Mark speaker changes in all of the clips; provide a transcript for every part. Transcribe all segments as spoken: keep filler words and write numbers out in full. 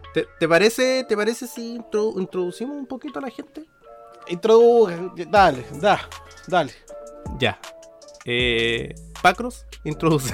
Speaker 1: ¿Te, te parece te parece si introdu- introducimos un poquito a la gente?
Speaker 2: Introduce, dale, da, dale.
Speaker 1: Ya. Eh, Pacros, introduce.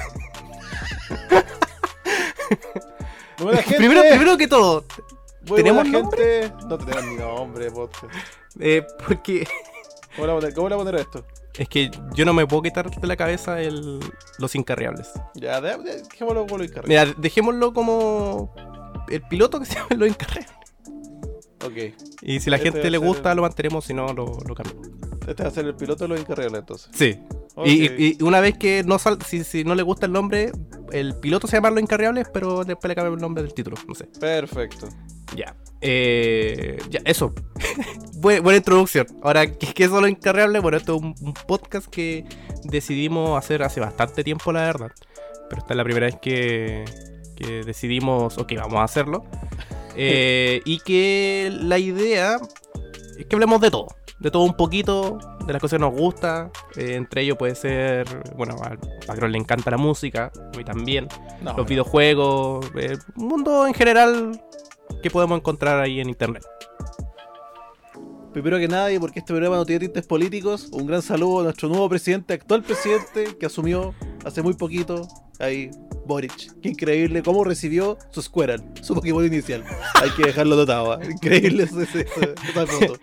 Speaker 2: Buena gente.
Speaker 1: primero, primero que todo,
Speaker 2: Muy
Speaker 1: ¿tenemos
Speaker 2: buena
Speaker 1: nombre?
Speaker 2: gente. No tenemos ni nombre, podcast.
Speaker 1: Eh, porque
Speaker 2: ¿Cómo le voy a poner, cómo le voy a poner esto?
Speaker 1: es que yo no me puedo quitar de la cabeza el, los incarriables.
Speaker 2: Ya, de- de- dejémoslo con lo encargado.
Speaker 1: Mira, dejémoslo como el piloto que se llama los incarriables.
Speaker 2: Ok.
Speaker 1: Y si la
Speaker 2: Este
Speaker 1: gente
Speaker 2: va a
Speaker 1: le
Speaker 2: ser
Speaker 1: gusta,
Speaker 2: el-
Speaker 1: lo mantenemos, si no, lo, lo cambiamos.
Speaker 2: Este va a ser el piloto de los encargados entonces.
Speaker 1: Sí.
Speaker 2: Ok.
Speaker 1: Y, y- y una vez que no sal, si, si no le gusta el nombre, el piloto se llama Los Incarriables, pero después le cambia el nombre del título, no sé.
Speaker 2: Perfecto.
Speaker 1: Ya. Eh, ya, eso. buena, buena introducción. Ahora, ¿qué, qué son Los Incarriables? Bueno, esto es un, un podcast que decidimos hacer hace bastante tiempo, la verdad. Pero esta es la primera vez que, que decidimos, ok, vamos a hacerlo. Eh, y que la idea es que hablemos de todo. De todo un poquito, de las cosas que nos gusta. Eh, entre ellos puede ser, bueno, a Pacros le encanta la música, a mí también.
Speaker 2: No,
Speaker 1: Los
Speaker 2: no.
Speaker 1: videojuegos, eh, un mundo en general que podemos encontrar ahí en internet.
Speaker 2: Primero que nada, y porque este programa no tiene tintes políticos, un gran saludo a nuestro nuevo presidente, actual presidente, que asumió hace muy poquito, ahí, Boric. Qué increíble cómo recibió su Squirrel, su Pokémon inicial. Hay que dejarlo notado, ¿eh? Increíble ese- ese- ese- esa foto.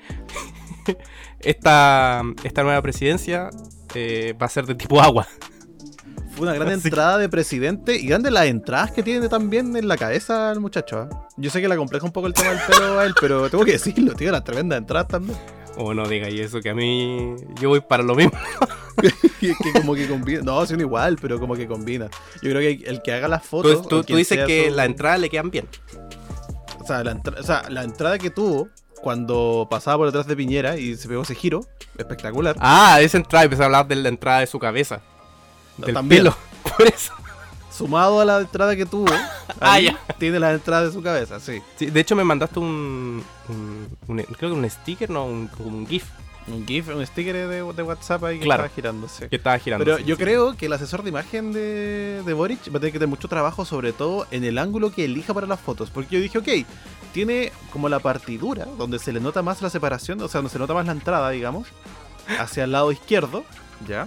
Speaker 1: Esta, esta nueva presidencia eh, va a ser de tipo agua.
Speaker 2: Fue una gran
Speaker 1: Así que-
Speaker 2: entrada de presidente y grandes las entradas que tiene también en la cabeza el muchacho. ¿eh? Yo sé que la compleja un poco el tema del pelo a él, pero tengo que decirlo, tiene las tremendas entradas también.
Speaker 1: O no digáis eso, que a mí yo voy para lo mismo.
Speaker 2: que, que como que combina. No, son igual, pero como que combina. Yo creo que el que haga las fotos.
Speaker 1: Tú, tú-
Speaker 2: o
Speaker 1: tú
Speaker 2: quien
Speaker 1: dices
Speaker 2: sea
Speaker 1: que
Speaker 2: su-
Speaker 1: la entrada le quedan bien.
Speaker 2: O sea, la entra- o sea, la entrada que tuvo cuando pasaba por detrás de Piñera y se pegó ese giro, espectacular.
Speaker 1: Ah, esa entrada, empecé a hablar de la entrada de su cabeza. Del
Speaker 2: También.
Speaker 1: pelo. Por eso.
Speaker 2: Sumado a la entrada que tuvo,
Speaker 1: Ah,
Speaker 2: ahí
Speaker 1: ya.
Speaker 2: tiene la entrada de su cabeza, sí.
Speaker 1: Sí, de hecho me mandaste un, un, un- creo que un sticker, no, un, un GIF
Speaker 2: Un GIF, un sticker de, de WhatsApp ahí que
Speaker 1: Claro.
Speaker 2: estaba girando, sí.
Speaker 1: que estaba girando.
Speaker 2: Pero
Speaker 1: sí,
Speaker 2: yo
Speaker 1: sí.
Speaker 2: creo que el asesor de imagen de, de Boric va a tener que tener mucho trabajo, sobre todo en el ángulo que elija para las fotos. Porque yo dije, ok, tiene como la partidura, donde se le nota más la separación, o sea, donde se nota más la entrada, digamos, hacia el lado izquierdo, ¿ya?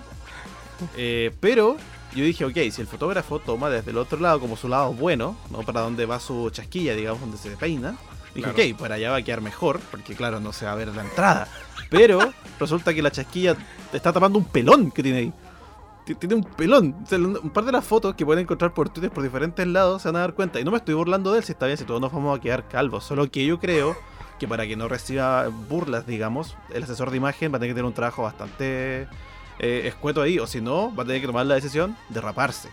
Speaker 2: Eh, pero yo dije, ok, si el fotógrafo toma desde el otro lado como su lado bueno, ¿no? Para donde va su chasquilla, digamos, donde se peina. Dije,
Speaker 1: Claro.
Speaker 2: ok, para allá va a quedar mejor, porque claro, no se va a ver la entrada. Pero resulta que la chasquilla te está tapando un pelón que tiene ahí. T- Tiene un pelón. O sea, un par de las fotos que pueden encontrar por Twitter por diferentes lados se van a dar cuenta. Y no me estoy burlando de él, si está bien, si todos nos vamos a quedar calvos. Solo que yo creo que para que no reciba burlas, digamos, el asesor de imagen va a tener que tener un trabajo bastante eh, escueto ahí. O si no, va a tener que tomar la decisión de raparse.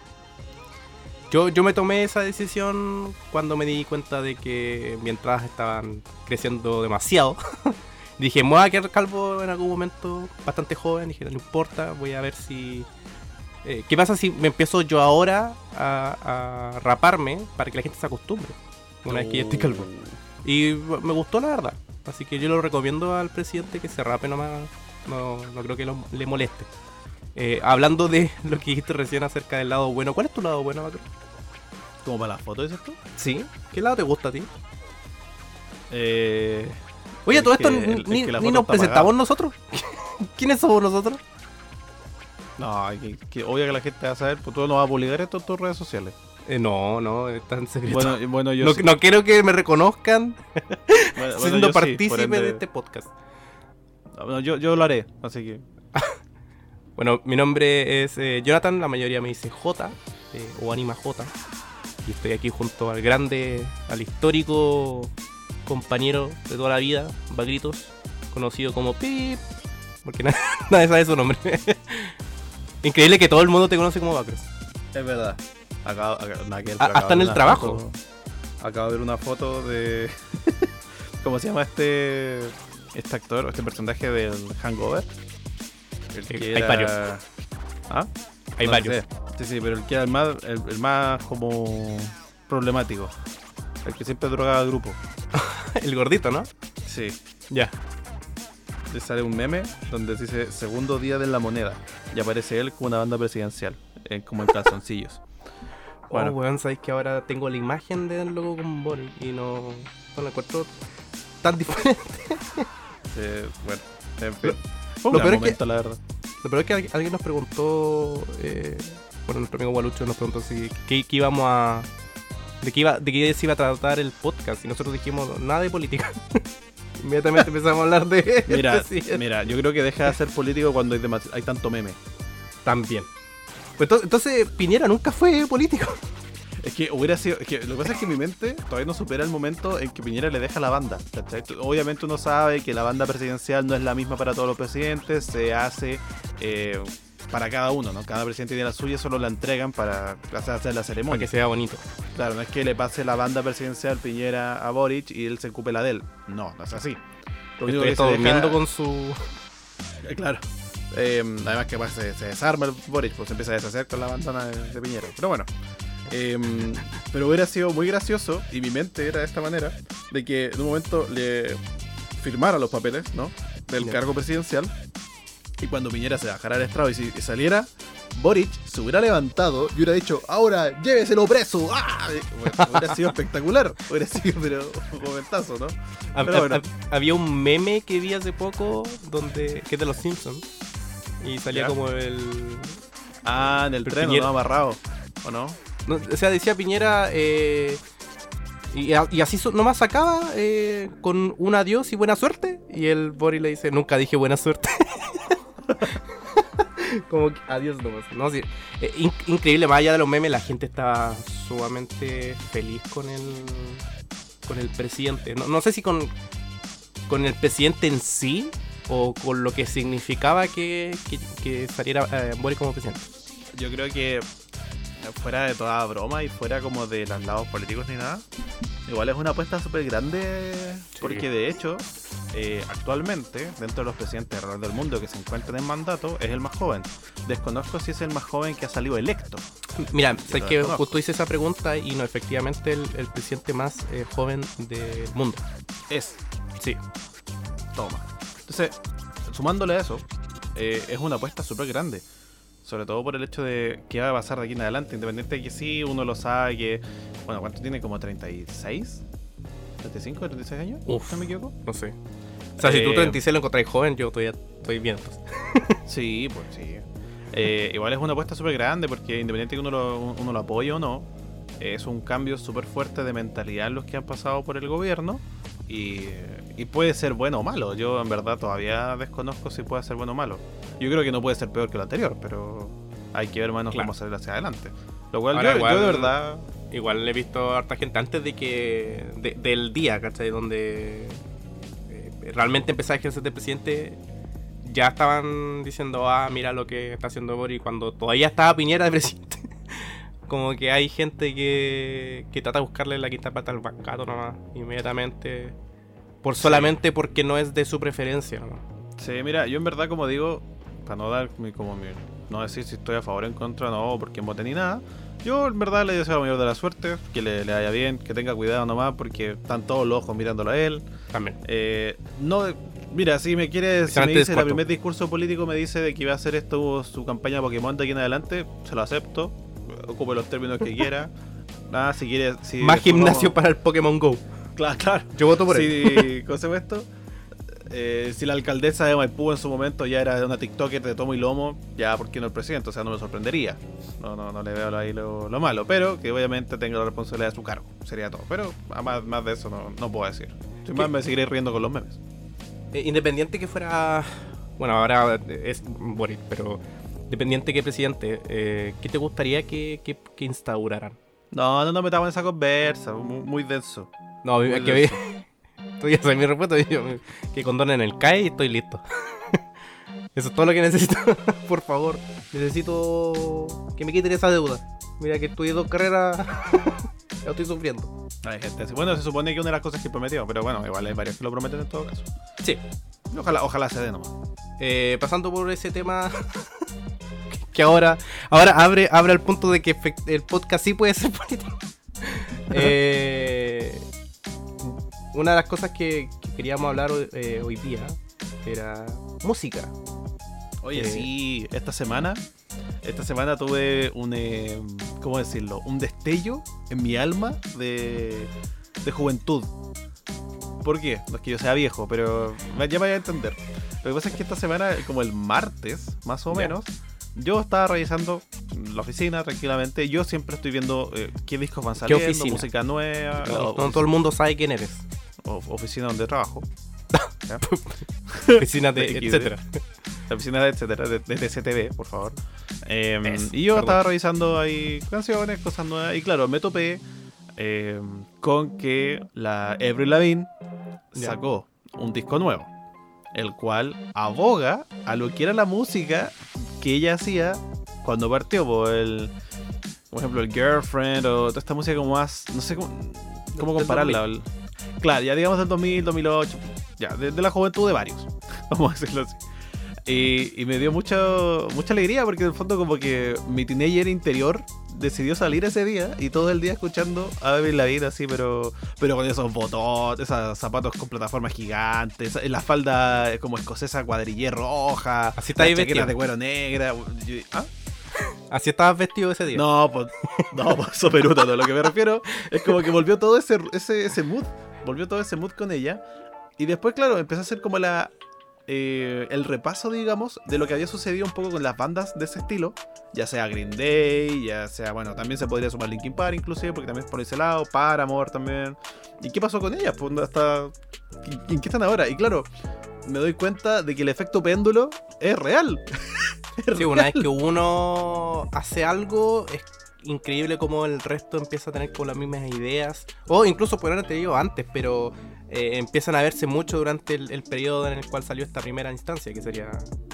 Speaker 1: Yo, yo me tomé esa decisión cuando me di cuenta de que mis entradas estaban creciendo demasiado. Dije, me voy a quedar calvo en algún momento, bastante joven. Dije, no importa, voy a ver si... eh, ¿Qué pasa si me empiezo yo ahora a, a raparme para que la gente se acostumbre? Una vez que ya estoy calvo. Y me gustó la verdad. Así que yo lo recomiendo al presidente que se rape nomás. No, no creo que lo- le moleste. Eh, hablando de lo que dijiste recién acerca del lado bueno, ¿cuál es tu lado bueno, Macro?
Speaker 2: ¿Como para las fotos, dices tú?
Speaker 1: ¿Sí? ¿Qué lado te gusta a ti?
Speaker 2: Eh,
Speaker 1: Oye,
Speaker 2: el
Speaker 1: todo esto
Speaker 2: que-
Speaker 1: ni,
Speaker 2: el- el
Speaker 1: ni-
Speaker 2: que la
Speaker 1: ni
Speaker 2: foto
Speaker 1: nos
Speaker 2: está
Speaker 1: presentamos nosotros. ¿Quiénes somos nosotros?
Speaker 2: No, que, que obvio que la gente va a saber, pues tú no vas a publicar esto en tus redes sociales.
Speaker 1: Eh, no, no, está en secreto.
Speaker 2: Bueno, y- bueno yo
Speaker 1: no,
Speaker 2: sí.
Speaker 1: no quiero que me reconozcan
Speaker 2: Bueno, bueno,
Speaker 1: siendo
Speaker 2: yo sí,
Speaker 1: partícipe
Speaker 2: por ende-
Speaker 1: de este podcast.
Speaker 2: No, yo, yo lo haré, así que.
Speaker 1: Bueno, mi nombre es eh, Jonathan, la mayoría me dice J eh, o Anima J. Y estoy aquí junto al grande, al histórico compañero de toda la vida, Bagritos, conocido como Pip, porque na- nadie sabe su nombre. Increíble que todo el mundo te conoce como Bagros.
Speaker 2: Es verdad. Acabo, acabo- nada que ver,
Speaker 1: Ah,
Speaker 2: pero acabo
Speaker 1: hasta
Speaker 2: de
Speaker 1: en
Speaker 2: ver
Speaker 1: el
Speaker 2: una
Speaker 1: trabajo.
Speaker 2: foto- acabo de ver una foto de. ¿Cómo se llama este. Este actor, o este personaje del Hangover? El que
Speaker 1: Hay
Speaker 2: era-
Speaker 1: varios.
Speaker 2: ¿Ah?
Speaker 1: Hay
Speaker 2: No
Speaker 1: varios.
Speaker 2: sé. Sí, sí, pero el que era el más, el, el más como problemático. El que siempre drogaba al grupo.
Speaker 1: El gordito, ¿no?
Speaker 2: Sí.
Speaker 1: Ya.
Speaker 2: Le sale un meme donde dice segundo día de la moneda. Y aparece él con una banda presidencial. eh, como en calzoncillos. Bueno.
Speaker 1: Oh, weón, sabéis que ahora tengo la imagen del logo con Boric y no, no la encuentro tan diferente.
Speaker 2: Eh, bueno, en fin.
Speaker 1: Lo-
Speaker 2: Fue un
Speaker 1: lo
Speaker 2: gran
Speaker 1: peor es que-
Speaker 2: momento, la verdad.
Speaker 1: Lo peor es que al- alguien nos preguntó, eh, bueno, nuestro amigo Gualucho nos preguntó si qué, qué íbamos a... De qué, iba, de qué se iba a tratar el podcast y nosotros dijimos nada de política. Inmediatamente empezamos a hablar de...
Speaker 2: Mira,
Speaker 1: presidente.
Speaker 2: mira, yo creo que deja de ser político cuando hay, demas- hay tanto meme.
Speaker 1: También. Pues entonces, entonces Piñera nunca fue político.
Speaker 2: Es que hubiera sido. Es que lo que pasa es que mi mente todavía no supera el momento en que Piñera le deja la banda. ¿Cachai? Obviamente uno sabe que la banda presidencial no es la misma para todos los presidentes, se hace eh, para cada uno, ¿no? Cada presidente tiene la suya, solo la entregan para hacer la
Speaker 1: Para
Speaker 2: ceremonia.
Speaker 1: que sea bonito.
Speaker 2: Claro, no es que le pase la banda presidencial Piñera a Boric y él se ocupe la de él. No, no es así. Lo único
Speaker 1: Estoy
Speaker 2: que se
Speaker 1: todo
Speaker 2: deja-
Speaker 1: durmiendo con su...
Speaker 2: Eh, Claro. Eh, además que pues, se, se desarma el Boric, pues se empieza a deshacer con la bandana de, de Piñera. Pero bueno. Eh, pero hubiera sido muy gracioso, y mi mente era de esta manera, de que en un momento le firmara los papeles, ¿no? Del
Speaker 1: Ya.
Speaker 2: cargo presidencial. Y cuando Piñera se bajara del estrado y, si- y saliera, Boric se hubiera levantado y hubiera dicho, ahora lléveselo preso. ¡Ah! Y, bueno, hubiera sido espectacular. Hubiera sido, pero un momentazo, ¿no?
Speaker 1: Hab-
Speaker 2: Pero bueno.
Speaker 1: hab- había un meme que vi hace poco donde que es de los Simpsons y salía
Speaker 2: Ya.
Speaker 1: como el
Speaker 2: Ah, en el
Speaker 1: Pero
Speaker 2: tren,
Speaker 1: Piñera-
Speaker 2: ¿no? Amarrado. ¿O no?
Speaker 1: no, o sea, decía Piñera eh, y, a- y así so- nomás acaba eh, con un adiós y buena suerte y el Boris le dice nunca dije buena suerte. Como que adiós nomás. No, sí. Eh, in- increíble, más allá de los memes, la gente estaba sumamente feliz con el con el presidente. No, no sé si con con el presidente en sí o con lo que significaba que, que, que saliera eh, Boris como presidente.
Speaker 2: Yo creo que fuera de toda broma y fuera como de los lados políticos ni nada, igual es una apuesta súper grande porque de hecho eh, actualmente dentro de los presidentes alrededor del mundo que se encuentran en mandato es el más joven. Desconozco si es el más joven que ha salido electo.
Speaker 1: Mira,
Speaker 2: Yo
Speaker 1: sabes
Speaker 2: lo
Speaker 1: que
Speaker 2: desconozco.
Speaker 1: justo hice esa pregunta y no, efectivamente el, el presidente más eh, joven del mundo.
Speaker 2: Es,
Speaker 1: Sí.
Speaker 2: toma. Entonces, sumándole a eso, eh, es una apuesta súper grande. Sobre todo por el hecho de qué va a pasar de aquí en adelante. Independiente de que sí, uno lo sabe que... Bueno, ¿cuánto tiene? ¿Como treinta y seis? ¿treinta y cinco, treinta y seis años?
Speaker 1: Uf.
Speaker 2: ¿No me equivoco?
Speaker 1: No sé. O sea, si tú
Speaker 2: Eh,
Speaker 1: treinta y seis lo encontrás joven, yo todavía estoy bien. Entonces.
Speaker 2: Sí, pues sí. Eh, igual es una apuesta súper grande porque independiente de que uno lo, uno lo apoye o no, es un cambio súper fuerte de mentalidad en los que han pasado por el gobierno y, y puede ser bueno o malo. Yo en verdad todavía desconozco si puede ser bueno o malo. Yo creo que no puede ser peor que lo anterior, pero hay que ver más o menos
Speaker 1: Claro.
Speaker 2: cómo salir hacia adelante. Lo cual
Speaker 1: Ahora
Speaker 2: yo,
Speaker 1: igual-
Speaker 2: yo de verdad...
Speaker 1: Igual he visto a harta gente antes de que. De, del día, ¿cachai? Donde eh, realmente empezaba a ejercer de presidente. Ya estaban diciendo, ah, mira lo que está haciendo Boris. Cuando todavía estaba Piñera de presidente. Como que hay gente que, que trata de buscarle la quinta pata al bancato nomás. Inmediatamente. Por solamente porque no es de su preferencia, ¿no?
Speaker 2: Sí, mira, yo en verdad como digo, para no dar mi, como mi, no decir si estoy a favor o en contra, no, porque en vote ni nada. Yo en verdad le deseo la mayor de la suerte, que le, le vaya bien, que tenga cuidado nomás, porque están todos los ojos mirándolo a él.
Speaker 1: También.
Speaker 2: Eh, no, mira, si me quiere, si me
Speaker 1: Especialmente
Speaker 2: dice el
Speaker 1: cuarto.
Speaker 2: primer discurso político me dice de que iba a hacer esto su campaña Pokémon de aquí en adelante, se lo acepto, ocupe los términos que quiera. Nada, si quiere, si
Speaker 1: Más
Speaker 2: después
Speaker 1: gimnasio
Speaker 2: vamos-
Speaker 1: para el Pokémon Go.
Speaker 2: Claro, claro.
Speaker 1: Yo voto por él.
Speaker 2: Si, ¿cómo se llama esto? Eh, si la alcaldesa de Maipú en su momento ya era una TikToker de tomo y lomo, ya por qué no el presidente, o sea, no me sorprendería. No, no, no le veo ahí lo, lo malo, pero que obviamente tenga la responsabilidad de su cargo, sería todo. Pero a más, más de eso no, no puedo decir. Sin más me seguiré riendo con los memes.
Speaker 1: Eh, independiente que fuera. Bueno, ahora es Boris, pero. Independiente que presidente, eh, ¿qué te gustaría que, que, que instauraran?
Speaker 2: No, no nos metamos en esa conversa, muy, muy denso.
Speaker 1: No,
Speaker 2: Muy
Speaker 1: es que
Speaker 2: denso.
Speaker 1: Tú ya sabes mi respuesta. yo- Que condonen el C A E y estoy listo. Eso es todo lo que necesito. Por favor, necesito que me quiten esa deuda. Mira que estudié dos carreras. Ya estoy sufriendo.
Speaker 2: Hay gente así. Bueno, se supone que una de las cosas que prometió, pero bueno, igual hay varios que lo prometen en todo caso.
Speaker 1: Sí.
Speaker 2: Ojalá, ojalá se dé nomás.
Speaker 1: Eh, pasando por ese tema. Que ahora, ahora abre, abre al punto de que efect- el podcast sí puede ser político. Eh, una de las cosas que, que queríamos hablar hoy, eh, hoy día era música.
Speaker 2: Oye,
Speaker 1: Eh,
Speaker 2: sí, esta semana esta semana tuve un, eh, ¿cómo decirlo? Un destello en mi alma de, de juventud. ¿Por qué? No es que yo sea viejo, pero ya me voy a entender. Lo que pasa es que esta semana, como el martes, más o
Speaker 1: Ya.
Speaker 2: menos, yo estaba revisando la oficina tranquilamente. Yo siempre estoy viendo eh, qué discos van saliendo,
Speaker 1: oficina?
Speaker 2: música nueva.
Speaker 1: No,
Speaker 2: o-
Speaker 1: no todo el mundo sabe quién eres.
Speaker 2: o- oficina donde trabajo. ¿Ya?
Speaker 1: Oficinas de,
Speaker 2: De X D.
Speaker 1: etcétera.
Speaker 2: La oficina de etcétera, de, de T C T V, por favor. Eh,
Speaker 1: Es,
Speaker 2: y yo
Speaker 1: perdón.
Speaker 2: estaba revisando ahí canciones, cosas nuevas. Y claro, me topé eh, con que la Avril Lavigne
Speaker 1: Ya.
Speaker 2: sacó un disco nuevo, el cual aboga a lo que era la música que ella hacía cuando partió. Por, el, por ejemplo, el Girlfriend o toda esta música como más, no sé cómo, cómo
Speaker 1: Del
Speaker 2: compararla. El- claro, ya digamos del dos mil, dos mil ocho, ya, de, de la juventud de varios, vamos a decirlo así. Y, y me dio mucho, mucha alegría porque en el fondo como que mi teenager interior decidió salir ese día y todo el día escuchando a Avril Lavigne así, pero pero con esos botones, esos zapatos con plataformas gigantes, la falda como escocesa cuadrillé roja,
Speaker 1: Así está
Speaker 2: las
Speaker 1: ahí
Speaker 2: chaquetas
Speaker 1: vestido.
Speaker 2: de cuero negra. Yo- ¿ah?
Speaker 1: Así estabas vestido ese día.
Speaker 2: No, pues no, pues eso peruta, no. Lo que me refiero es como que volvió todo ese, ese, ese mood, volvió todo ese mood con ella. Y después, claro, empezó a hacer como la eh, el repaso, digamos, de lo que había sucedido un poco con las bandas de ese estilo, ya sea Green Day, ya sea, bueno, también se podría sumar Linkin Park inclusive, porque también es por ese lado, Paramore también. ¿Y qué pasó con ellas? Pues hasta ¿en qué están ahora? Y claro, me doy cuenta de que el efecto péndulo es real. Es
Speaker 1: Sí, una vez
Speaker 2: real.
Speaker 1: que uno hace algo, es increíble como el resto empieza a tener con las mismas ideas. O incluso podrían haber tenido antes, pero eh, empiezan a verse mucho durante el, el periodo en el cual salió esta primera instancia, que sería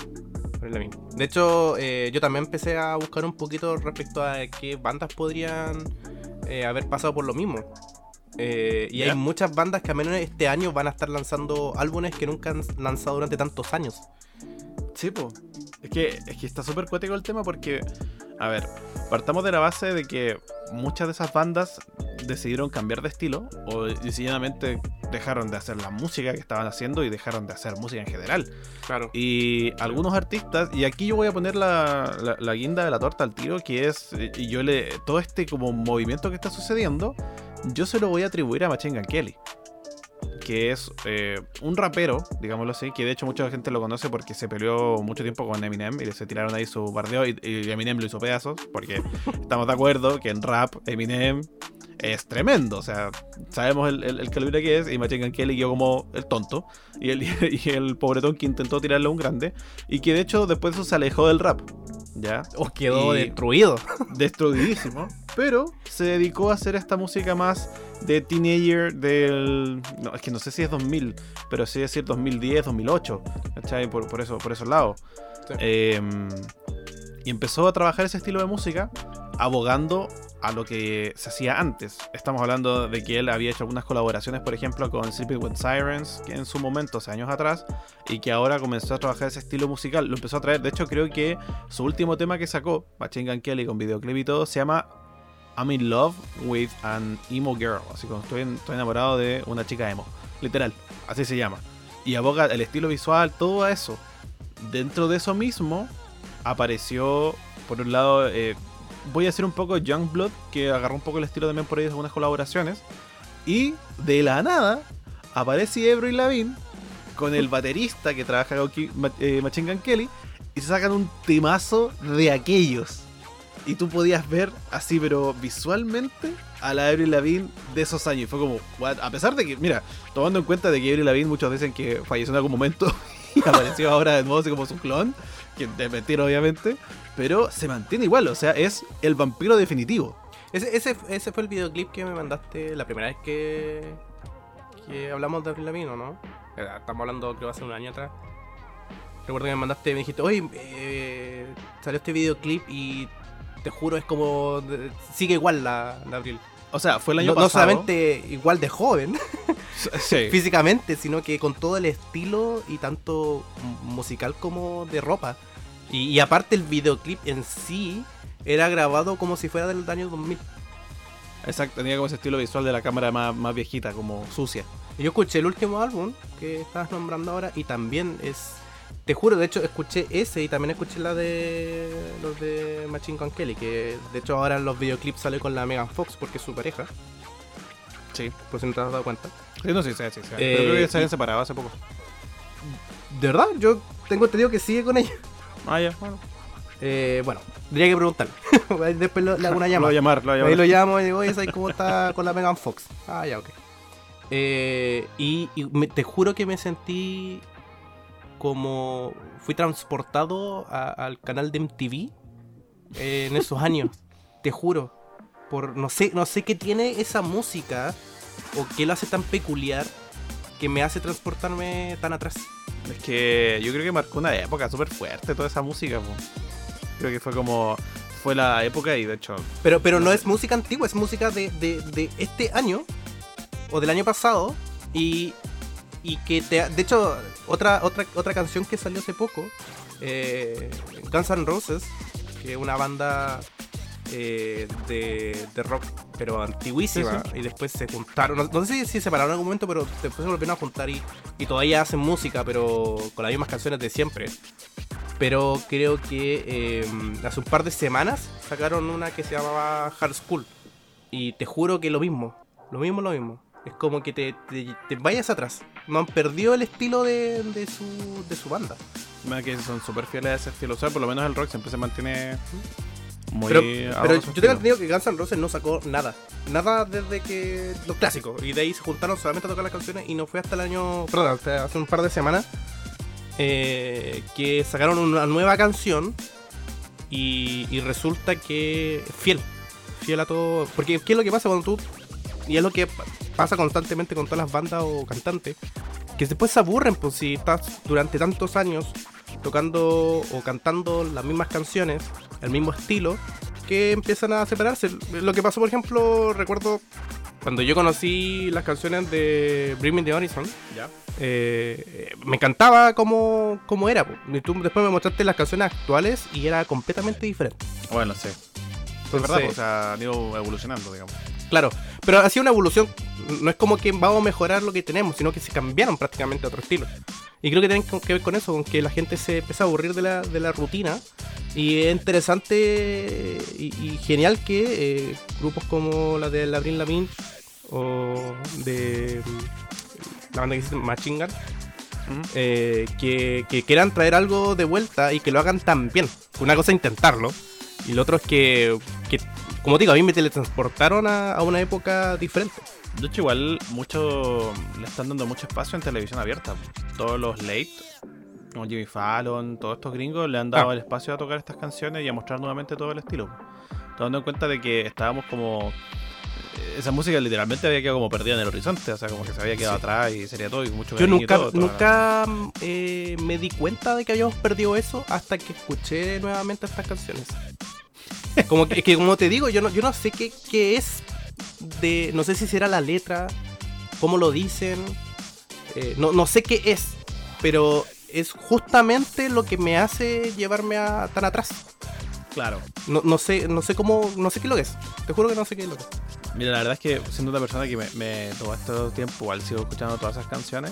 Speaker 1: Avril Lavigne. De hecho, eh, yo también empecé a buscar un poquito respecto a qué bandas podrían eh, haber pasado por lo mismo. Eh, y
Speaker 2: ¿Ya?
Speaker 1: hay muchas bandas que al menos este año van a estar lanzando álbumes que nunca han lanzado durante tantos años.
Speaker 2: Sí, po. Es que, es que está súper cuático el tema porque, a ver, partamos de la base de que muchas de esas bandas decidieron cambiar de estilo o decididamente dejaron de hacer la música que estaban haciendo y dejaron de hacer música en general.
Speaker 1: Claro.
Speaker 2: Y algunos artistas, y aquí yo voy a poner la, la, la guinda de la torta al tiro, que es, y yo le, todo este como movimiento que está sucediendo, yo se lo voy a atribuir a Machine Gun Kelly, que es eh, un rapero, digámoslo así, que de hecho mucha gente lo conoce porque se peleó mucho tiempo con Eminem y se tiraron ahí su bardeo y, y Eminem lo hizo pedazos, porque estamos de acuerdo que en rap Eminem es tremendo, o sea, sabemos el, el, el calibre que es, y Machine Gun Kelly quedó como el tonto, y el, y el pobretón que intentó tirarle a un grande, y que de hecho después de eso se alejó del rap, ¿ya?
Speaker 1: O quedó
Speaker 2: Y-
Speaker 1: destruido.
Speaker 2: Destruidísimo, pero se dedicó a hacer esta música más de teenager del... No, es que no sé si es dos mil, pero sí decir dos mil diez, dos mil ocho, ¿cachai? Por, por, eso, por esos lados.
Speaker 1: Sí.
Speaker 2: Eh, y empezó a trabajar ese estilo de música abogando a lo que se hacía antes. Estamos hablando de que él había hecho algunas colaboraciones, por ejemplo, con Sleeping with Sirens, que en su momento, hace años atrás, y que ahora comenzó a trabajar ese estilo musical. Lo empezó a traer. De hecho, creo que su último tema que sacó, Machine Gun Kelly, con videoclip y todo, se llama I'm in love with an emo girl. Así como estoy, estoy enamorado de una chica emo. Literal, así se llama. Y aboga el estilo visual, todo a eso. Dentro de eso mismo, apareció, por un lado, eh, voy a hacer un poco Youngblood, que agarró un poco el estilo también por ahí de algunas colaboraciones. Y de la nada, aparece Avril Lavigne con el baterista que trabaja con Ki- Ma- eh, Machine Gun Kelly, y se sacan un temazo de aquellos. Y tú podías ver así, pero visualmente, a la Avril Lavigne de esos años. Y fue como, what? A pesar de que, mira, tomando en cuenta de que Avril Lavigne muchos dicen que falleció en algún momento y apareció ahora de nuevo así como su clon, que es mentira obviamente, pero se mantiene igual, o sea, es el vampiro definitivo.
Speaker 1: Ese, ese, ese fue el videoclip que me mandaste la primera vez que, que hablamos de Avril Lavigne, ¿no? Eh, Estamos hablando, creo, hace un año atrás. Recuerdo que me mandaste y me dijiste, oye, eh, salió este videoclip y te juro es como... de- sigue igual la, la Avril.
Speaker 2: O sea, fue el año
Speaker 1: No, no
Speaker 2: pasado.
Speaker 1: solamente igual de joven
Speaker 2: Sí.
Speaker 1: físicamente, sino que con todo el estilo y tanto m- musical como de ropa. Y, y aparte el videoclip en sí era grabado como si fuera del año dos mil.
Speaker 2: Exacto, tenía como ese estilo visual de la cámara más, más viejita, como sucia.
Speaker 1: Y yo escuché el último álbum que estabas nombrando ahora y también es te juro, de hecho escuché ese y también escuché la de los de Machine Gun Kelly, que de hecho ahora en los videoclips sale con la Megan Fox porque es su pareja.
Speaker 2: Sí.
Speaker 1: Por si no te has dado cuenta.
Speaker 2: Sí, no, sí, sí, sí. sí.
Speaker 1: Eh,
Speaker 2: Pero creo que se habían
Speaker 1: y-
Speaker 2: separado hace poco.
Speaker 1: ¿De verdad? Yo tengo entendido que sigue con ella.
Speaker 2: Ah, ya, bueno.
Speaker 1: Eh, bueno, tendría que preguntarle. Después lo- le hago una
Speaker 2: Lo voy a
Speaker 1: llamada.
Speaker 2: llamar, lo voy a
Speaker 1: Ahí
Speaker 2: llamar.
Speaker 1: lo llamo y digo, oye, ¿sabes cómo está con la Megan Fox? Ah, ya, ok. Eh, y y me- te juro que me sentí como... Fui transportado a- al canal de M T V eh, en esos años. Te juro. Por, no sé, no sé qué tiene esa música o qué lo hace tan peculiar que me hace transportarme tan atrás.
Speaker 2: Es que yo creo que marcó una época súper fuerte toda esa música, po. Creo que fue como... Fue la época y de hecho...
Speaker 1: Pero, pero no es música antigua, es música de, de, de este año o del año pasado. Y, y que te, de hecho, otra, otra, otra canción que salió hace poco, eh, Guns N' Roses, que es una banda eh, de, de rock, pero antiguísima,
Speaker 2: Sí,
Speaker 1: y después se juntaron, no, no sé si se separaron en algún momento, pero después se volvieron a juntar y, y todavía hacen música, pero con las mismas canciones de siempre. Pero creo que eh, hace un par de semanas sacaron una que se llamaba Hard School. Y te juro que lo mismo, lo mismo, lo mismo. Es como que te, te, te vayas atrás. No han perdido el estilo de, de, su, de su banda.
Speaker 2: Mira que son súper fieles a ese estilo. O sea, por lo menos el rock siempre se mantiene muy...
Speaker 1: Pero,
Speaker 2: a
Speaker 1: pero
Speaker 2: bajo
Speaker 1: yo
Speaker 2: su
Speaker 1: tengo
Speaker 2: estilo.
Speaker 1: entendido que Guns N' Roses no sacó nada. Nada desde que... los clásicos. Y de ahí se juntaron solamente a tocar las canciones. Y no fue hasta el año... Perdón, hasta hace un par de semanas. Eh, que sacaron una nueva canción. Y, y resulta que... Fiel. Fiel a todo... Porque ¿qué es lo que pasa cuando tú... Y es lo que pa- pasa constantemente con todas las bandas o cantantes. Que después se aburren, pues si estás durante tantos años tocando o cantando las mismas canciones, el mismo estilo, que empiezan a separarse. Lo que pasó, por ejemplo, recuerdo cuando yo conocí las canciones de Bring Me the Horizon,
Speaker 2: ¿Ya?
Speaker 1: eh, me encantaba como, como era. Po. Y tú después me mostraste las canciones actuales y era completamente diferente.
Speaker 2: Bueno, sí. Es
Speaker 1: Entonces,
Speaker 2: verdad, pues, o sea, han ido evolucionando, digamos.
Speaker 1: claro, pero ha sido una evolución. No es como que vamos a mejorar lo que tenemos, sino que se cambiaron prácticamente a otro estilo. Y creo que tiene que ver con eso, con que la gente se empieza a aburrir de la, de la rutina. Y es interesante y, y genial que eh, grupos como la de Avril Lavigne o de mm, la banda que dice Machine Gun,
Speaker 2: Ujú.
Speaker 1: eh, que, que quieran traer algo de vuelta y que lo hagan tan bien. Una cosa es intentarlo y lo otro es que, que como te digo, a mí me teletransportaron a, a una época diferente.
Speaker 2: De hecho, igual mucho le están dando mucho espacio en televisión abierta. Todos los late, como Jimmy Fallon, todos estos gringos le han dado
Speaker 1: Ah.
Speaker 2: el espacio a tocar estas canciones y a mostrar nuevamente todo el estilo. Tomando en cuenta de que estábamos como... Esa música literalmente había quedado como perdida en el horizonte, o sea, como que se había quedado
Speaker 1: Sí.
Speaker 2: atrás y sería todo y mucho
Speaker 1: Yo
Speaker 2: cariño y
Speaker 1: nunca,
Speaker 2: todo, toda la-
Speaker 1: nunca eh, me di cuenta de que habíamos perdido eso hasta que escuché nuevamente estas canciones. Como que, que como te digo, yo no, yo no sé qué, qué es de. No sé si será la letra, cómo lo dicen. eh, no, no sé qué es. Pero es justamente lo que me hace llevarme a tan atrás.
Speaker 2: Claro.
Speaker 1: No, no sé, no sé cómo. No sé qué es lo que es. Te juro que no sé qué es lo que es.
Speaker 2: Mira, la verdad es que siendo una persona que me, me todo este tiempo igual sigo escuchando todas esas canciones,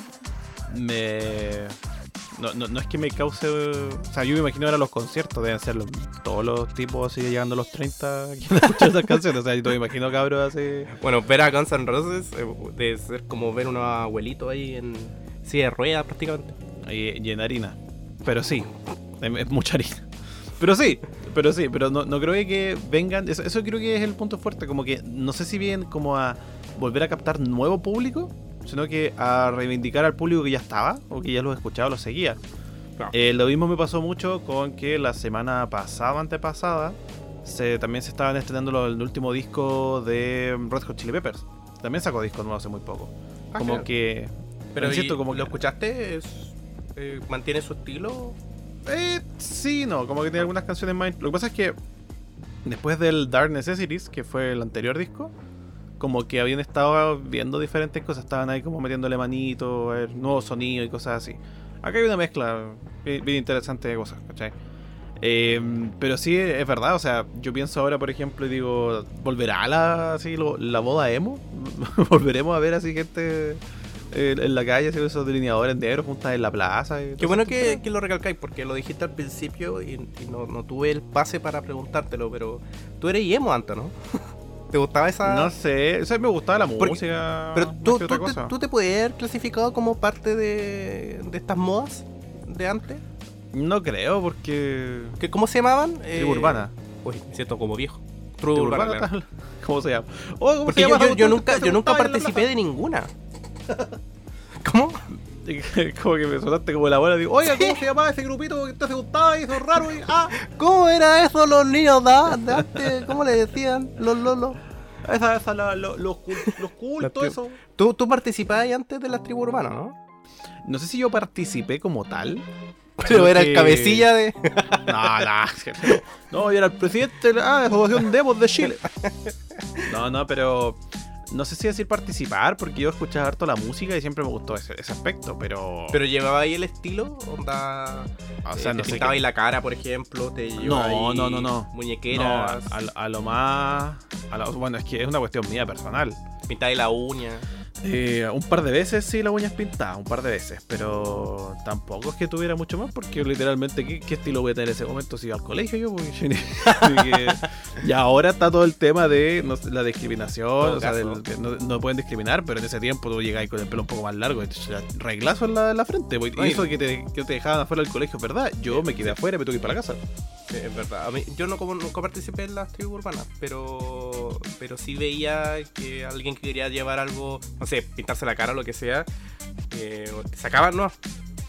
Speaker 2: me... No, no, no es que me cause... O sea, yo me imagino ahora los conciertos deben ser los- todos los tipos así llegando a los treinta que escuchan esas canciones. O sea, yo me imagino cabros así...
Speaker 1: Bueno, ver a Guns N' Roses eh, debe ser como ver a un abuelito ahí en silla de ruedas prácticamente.
Speaker 2: Y, y en harina. Pero sí, es, es mucha harina. Pero sí, pero sí, pero no, no creo que vengan... Eso, eso creo que es el punto fuerte, como que no sé si vienen como a volver a captar nuevo público, sino que a reivindicar al público que ya estaba o que ya los escuchaba, los seguía.
Speaker 1: No.
Speaker 2: Eh, lo mismo me pasó mucho con que la semana pasada, antepasada, se, también se estaban estrenando lo- el último disco de Red Hot Chili Peppers. También sacó disco nuevo hace muy poco.
Speaker 1: Ah,
Speaker 2: Como
Speaker 1: genial.
Speaker 2: que...
Speaker 1: Pero
Speaker 2: insisto,
Speaker 1: ¿y
Speaker 2: como
Speaker 1: ¿lo
Speaker 2: que-
Speaker 1: escuchaste? ¿Es, eh, ¿Mantiene su estilo?
Speaker 2: Eh, sí, no, como que tiene algunas canciones más... Lo que pasa es que después del Dark Necessities, que fue el anterior disco, como que habían estado viendo diferentes cosas, estaban ahí como metiéndole manito, a ver, nuevo sonido y cosas así. Acá hay una mezcla bien, bien interesante de cosas, ¿cachai? Eh, pero sí, es verdad, o sea, yo pienso ahora, por ejemplo, y digo, ¿volverá la, así, lo- la moda emo? ¿Volveremos a ver así gente en, en la calle, así, esos delineadores negros juntas en la plaza. Y
Speaker 1: Qué bueno que, que lo recalcáis, porque lo dijiste al principio y, y no, no tuve el pase para preguntártelo, pero tú eres emo antes, ¿no? ¿Te gustaba esa...?
Speaker 2: No sé, o sea, me gustaba la
Speaker 1: Porque-
Speaker 2: música.
Speaker 1: Pero
Speaker 2: más
Speaker 1: tú,
Speaker 2: que otra
Speaker 1: tú, te,
Speaker 2: cosa.
Speaker 1: tú te puedes haber clasificado como parte de, de estas modas de antes.
Speaker 2: No creo, porque.
Speaker 1: ¿Qué, ¿Cómo se llamaban? Eh,
Speaker 2: Tribu urbana.
Speaker 1: Uy, me siento como viejo. Tribu
Speaker 2: Tribu
Speaker 1: urbana,
Speaker 2: urbana,
Speaker 1: claro.
Speaker 2: tal. ¿Cómo se llama? Oh, ¿cómo
Speaker 1: Porque
Speaker 2: se
Speaker 1: yo,
Speaker 2: llama
Speaker 1: yo,
Speaker 2: esa
Speaker 1: yo
Speaker 2: cuestión
Speaker 1: nunca,
Speaker 2: que te
Speaker 1: yo nunca
Speaker 2: gustaba en la
Speaker 1: participé
Speaker 2: plaza?
Speaker 1: de ninguna. ¿Cómo?
Speaker 2: Como que me sonaste como la abuela. Digo, oiga, ¿cómo se llamaba ese grupito que te gustaba y eso raro? Y, ah,
Speaker 1: ¿Cómo era eso los niños de, de antes? ¿Cómo le decían? Los lolos.
Speaker 2: esa, esa, la, lo- los, cul- los cultos,
Speaker 1: La
Speaker 2: eso.
Speaker 1: ¿Tú, tú participabas antes de las tribus urbanas, ¿no?
Speaker 2: No sé si yo participé como tal.
Speaker 1: Pero era el
Speaker 2: que-
Speaker 1: cabecilla de...
Speaker 2: No, no. No, yo era el presidente de la ah, Asociación de Demos de Chile. No, no, pero no sé si decir participar, porque yo escuchaba harto la música y siempre me gustó ese, ese aspecto, pero.
Speaker 1: Pero llevaba ahí el estilo, onda...
Speaker 2: o sea,
Speaker 1: eh,
Speaker 2: no
Speaker 1: te
Speaker 2: sé.
Speaker 1: pintaba
Speaker 2: qué-
Speaker 1: ahí la cara, por ejemplo, te
Speaker 2: No,
Speaker 1: llevaba ahí
Speaker 2: no, no, no. No,
Speaker 1: muñequeras,
Speaker 2: a, a- a lo más. A lo- bueno, es que es una cuestión mía personal.
Speaker 1: pintaba ahí la uña.
Speaker 2: Eh, un par de veces sí la uñas pintada, un par de veces, pero tampoco es que tuviera mucho más, porque literalmente, ¿qué, qué estilo voy a tener en ese momento si iba al colegio yo? Porque yo ni- ni que- y ahora está todo el tema de no sé, la discriminación,
Speaker 1: Todo
Speaker 2: o sea,
Speaker 1: caso.
Speaker 2: del- que no, no pueden discriminar, pero en ese tiempo tú llegabas con el pelo un poco más largo, y te- reglazo en la, en la frente, pues, y
Speaker 1: Ay.
Speaker 2: eso de que te, que te dejaban afuera del colegio, ¿verdad? Yo me quedé afuera y me tuve que ir para la casa.
Speaker 1: Sí, es verdad. A mí, yo no como, nunca participé en las tribus urbanas, pero pero sí veía que alguien que quería llevar algo, no sé, pintarse la cara o lo que sea, eh, te sacaban, ¿no?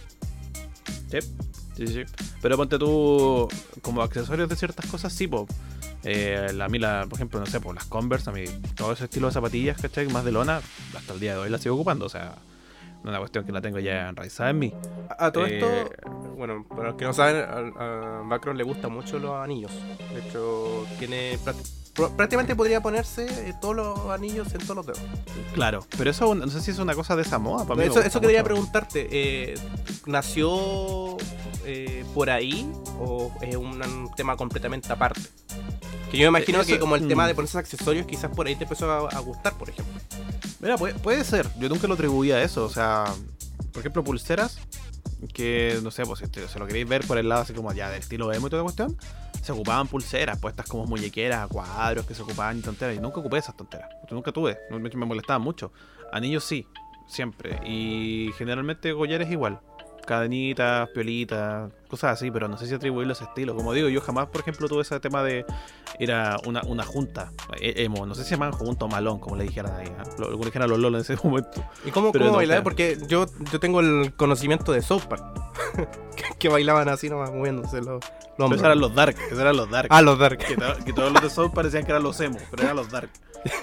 Speaker 2: Sí, sí, sí. Pero ponte tú como accesorios de ciertas cosas, sí, po. Eh, la, a mí, la, por ejemplo, no sé, pues las Converse, a mí todo ese estilo de zapatillas, ¿cachai? Más de lona, hasta el día de hoy la sigo ocupando, o sea, no es una cuestión que la tengo ya enraizada en mí.
Speaker 1: A, a todo
Speaker 2: Eh,
Speaker 1: esto, bueno, para los que no saben, a, a Macron le gustan mucho los anillos. De hecho, tiene prá- pr- prácticamente podría ponerse eh, todos los anillos en todos los dedos.
Speaker 2: Claro, pero eso no sé si es una cosa de esa moda, para mí me
Speaker 1: Eso,
Speaker 2: gusta
Speaker 1: eso quería
Speaker 2: mucho.
Speaker 1: preguntarte, eh, ¿nació eh, por ahí o es un, un tema completamente aparte? Que yo me imagino
Speaker 2: Eso-
Speaker 1: que como el
Speaker 2: mm.
Speaker 1: tema de ponerse accesorios quizás por ahí te empezó a, a gustar, por ejemplo.
Speaker 2: Mira, puede, puede ser. Yo nunca lo atribuía a eso. O sea, por ejemplo, pulseras. Que no sé, pues si te- se lo queréis ver por el lado así como ya del estilo emo y toda la cuestión. Se ocupaban pulseras, puestas como muñequeras, a cuadros que se ocupaban y tonteras. Y nunca ocupé esas tonteras. Yo nunca tuve. Me, me molestaban mucho. Anillos sí, siempre. Y generalmente collares igual. Cadenitas, piolitas, cosas así, pero no sé si atribuirlo a ese estilo. Como digo, yo jamás, por ejemplo, tuve ese tema de ir a una, una junta, eh, emo, no sé si se llaman junta o malón, como le dijeran ahí, ¿eh? lo, lo que dijeran los lolos en ese momento.
Speaker 1: ¿Y cómo,
Speaker 2: Pero
Speaker 1: cómo
Speaker 2: no,
Speaker 1: bailar?
Speaker 2: claro.
Speaker 1: Porque yo, yo tengo el conocimiento de South Park. que, que bailaban así nomás, moviéndose los, los
Speaker 2: Pero
Speaker 1: hombros.
Speaker 2: esos eran los dark, esos eran los dark.
Speaker 1: Ah, los Dark.
Speaker 2: Que, to- que todos los de South parecían que eran los emo, pero eran los dark.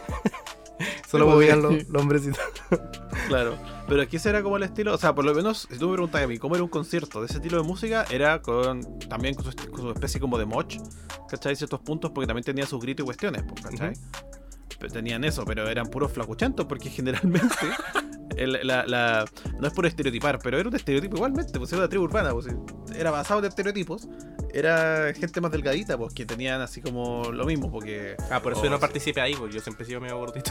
Speaker 1: Solo
Speaker 2: Sí,
Speaker 1: movían
Speaker 2: pues,
Speaker 1: los, los hombrecitos.
Speaker 2: Claro. Pero aquí ese era como el estilo, o sea, por lo menos, si tú me preguntas a mí cómo era un concierto de ese estilo de música, era con también con su, esti- con su especie como de moch, ¿cachai? Ciertos puntos, porque también tenía sus gritos y cuestiones, pues, ¿cachai? Pero tenían eso, pero eran puros flacuchentos, porque generalmente, el- la, la- no es por estereotipar, pero era un estereotipo igualmente, pues era una tribu urbana, pues era basado en estereotipos, era gente más delgadita, pues que tenían así como lo mismo, porque...
Speaker 1: Ah, por eso
Speaker 2: oh,
Speaker 1: yo no
Speaker 2: sí.
Speaker 1: participé ahí, porque yo siempre he sido medio gordito.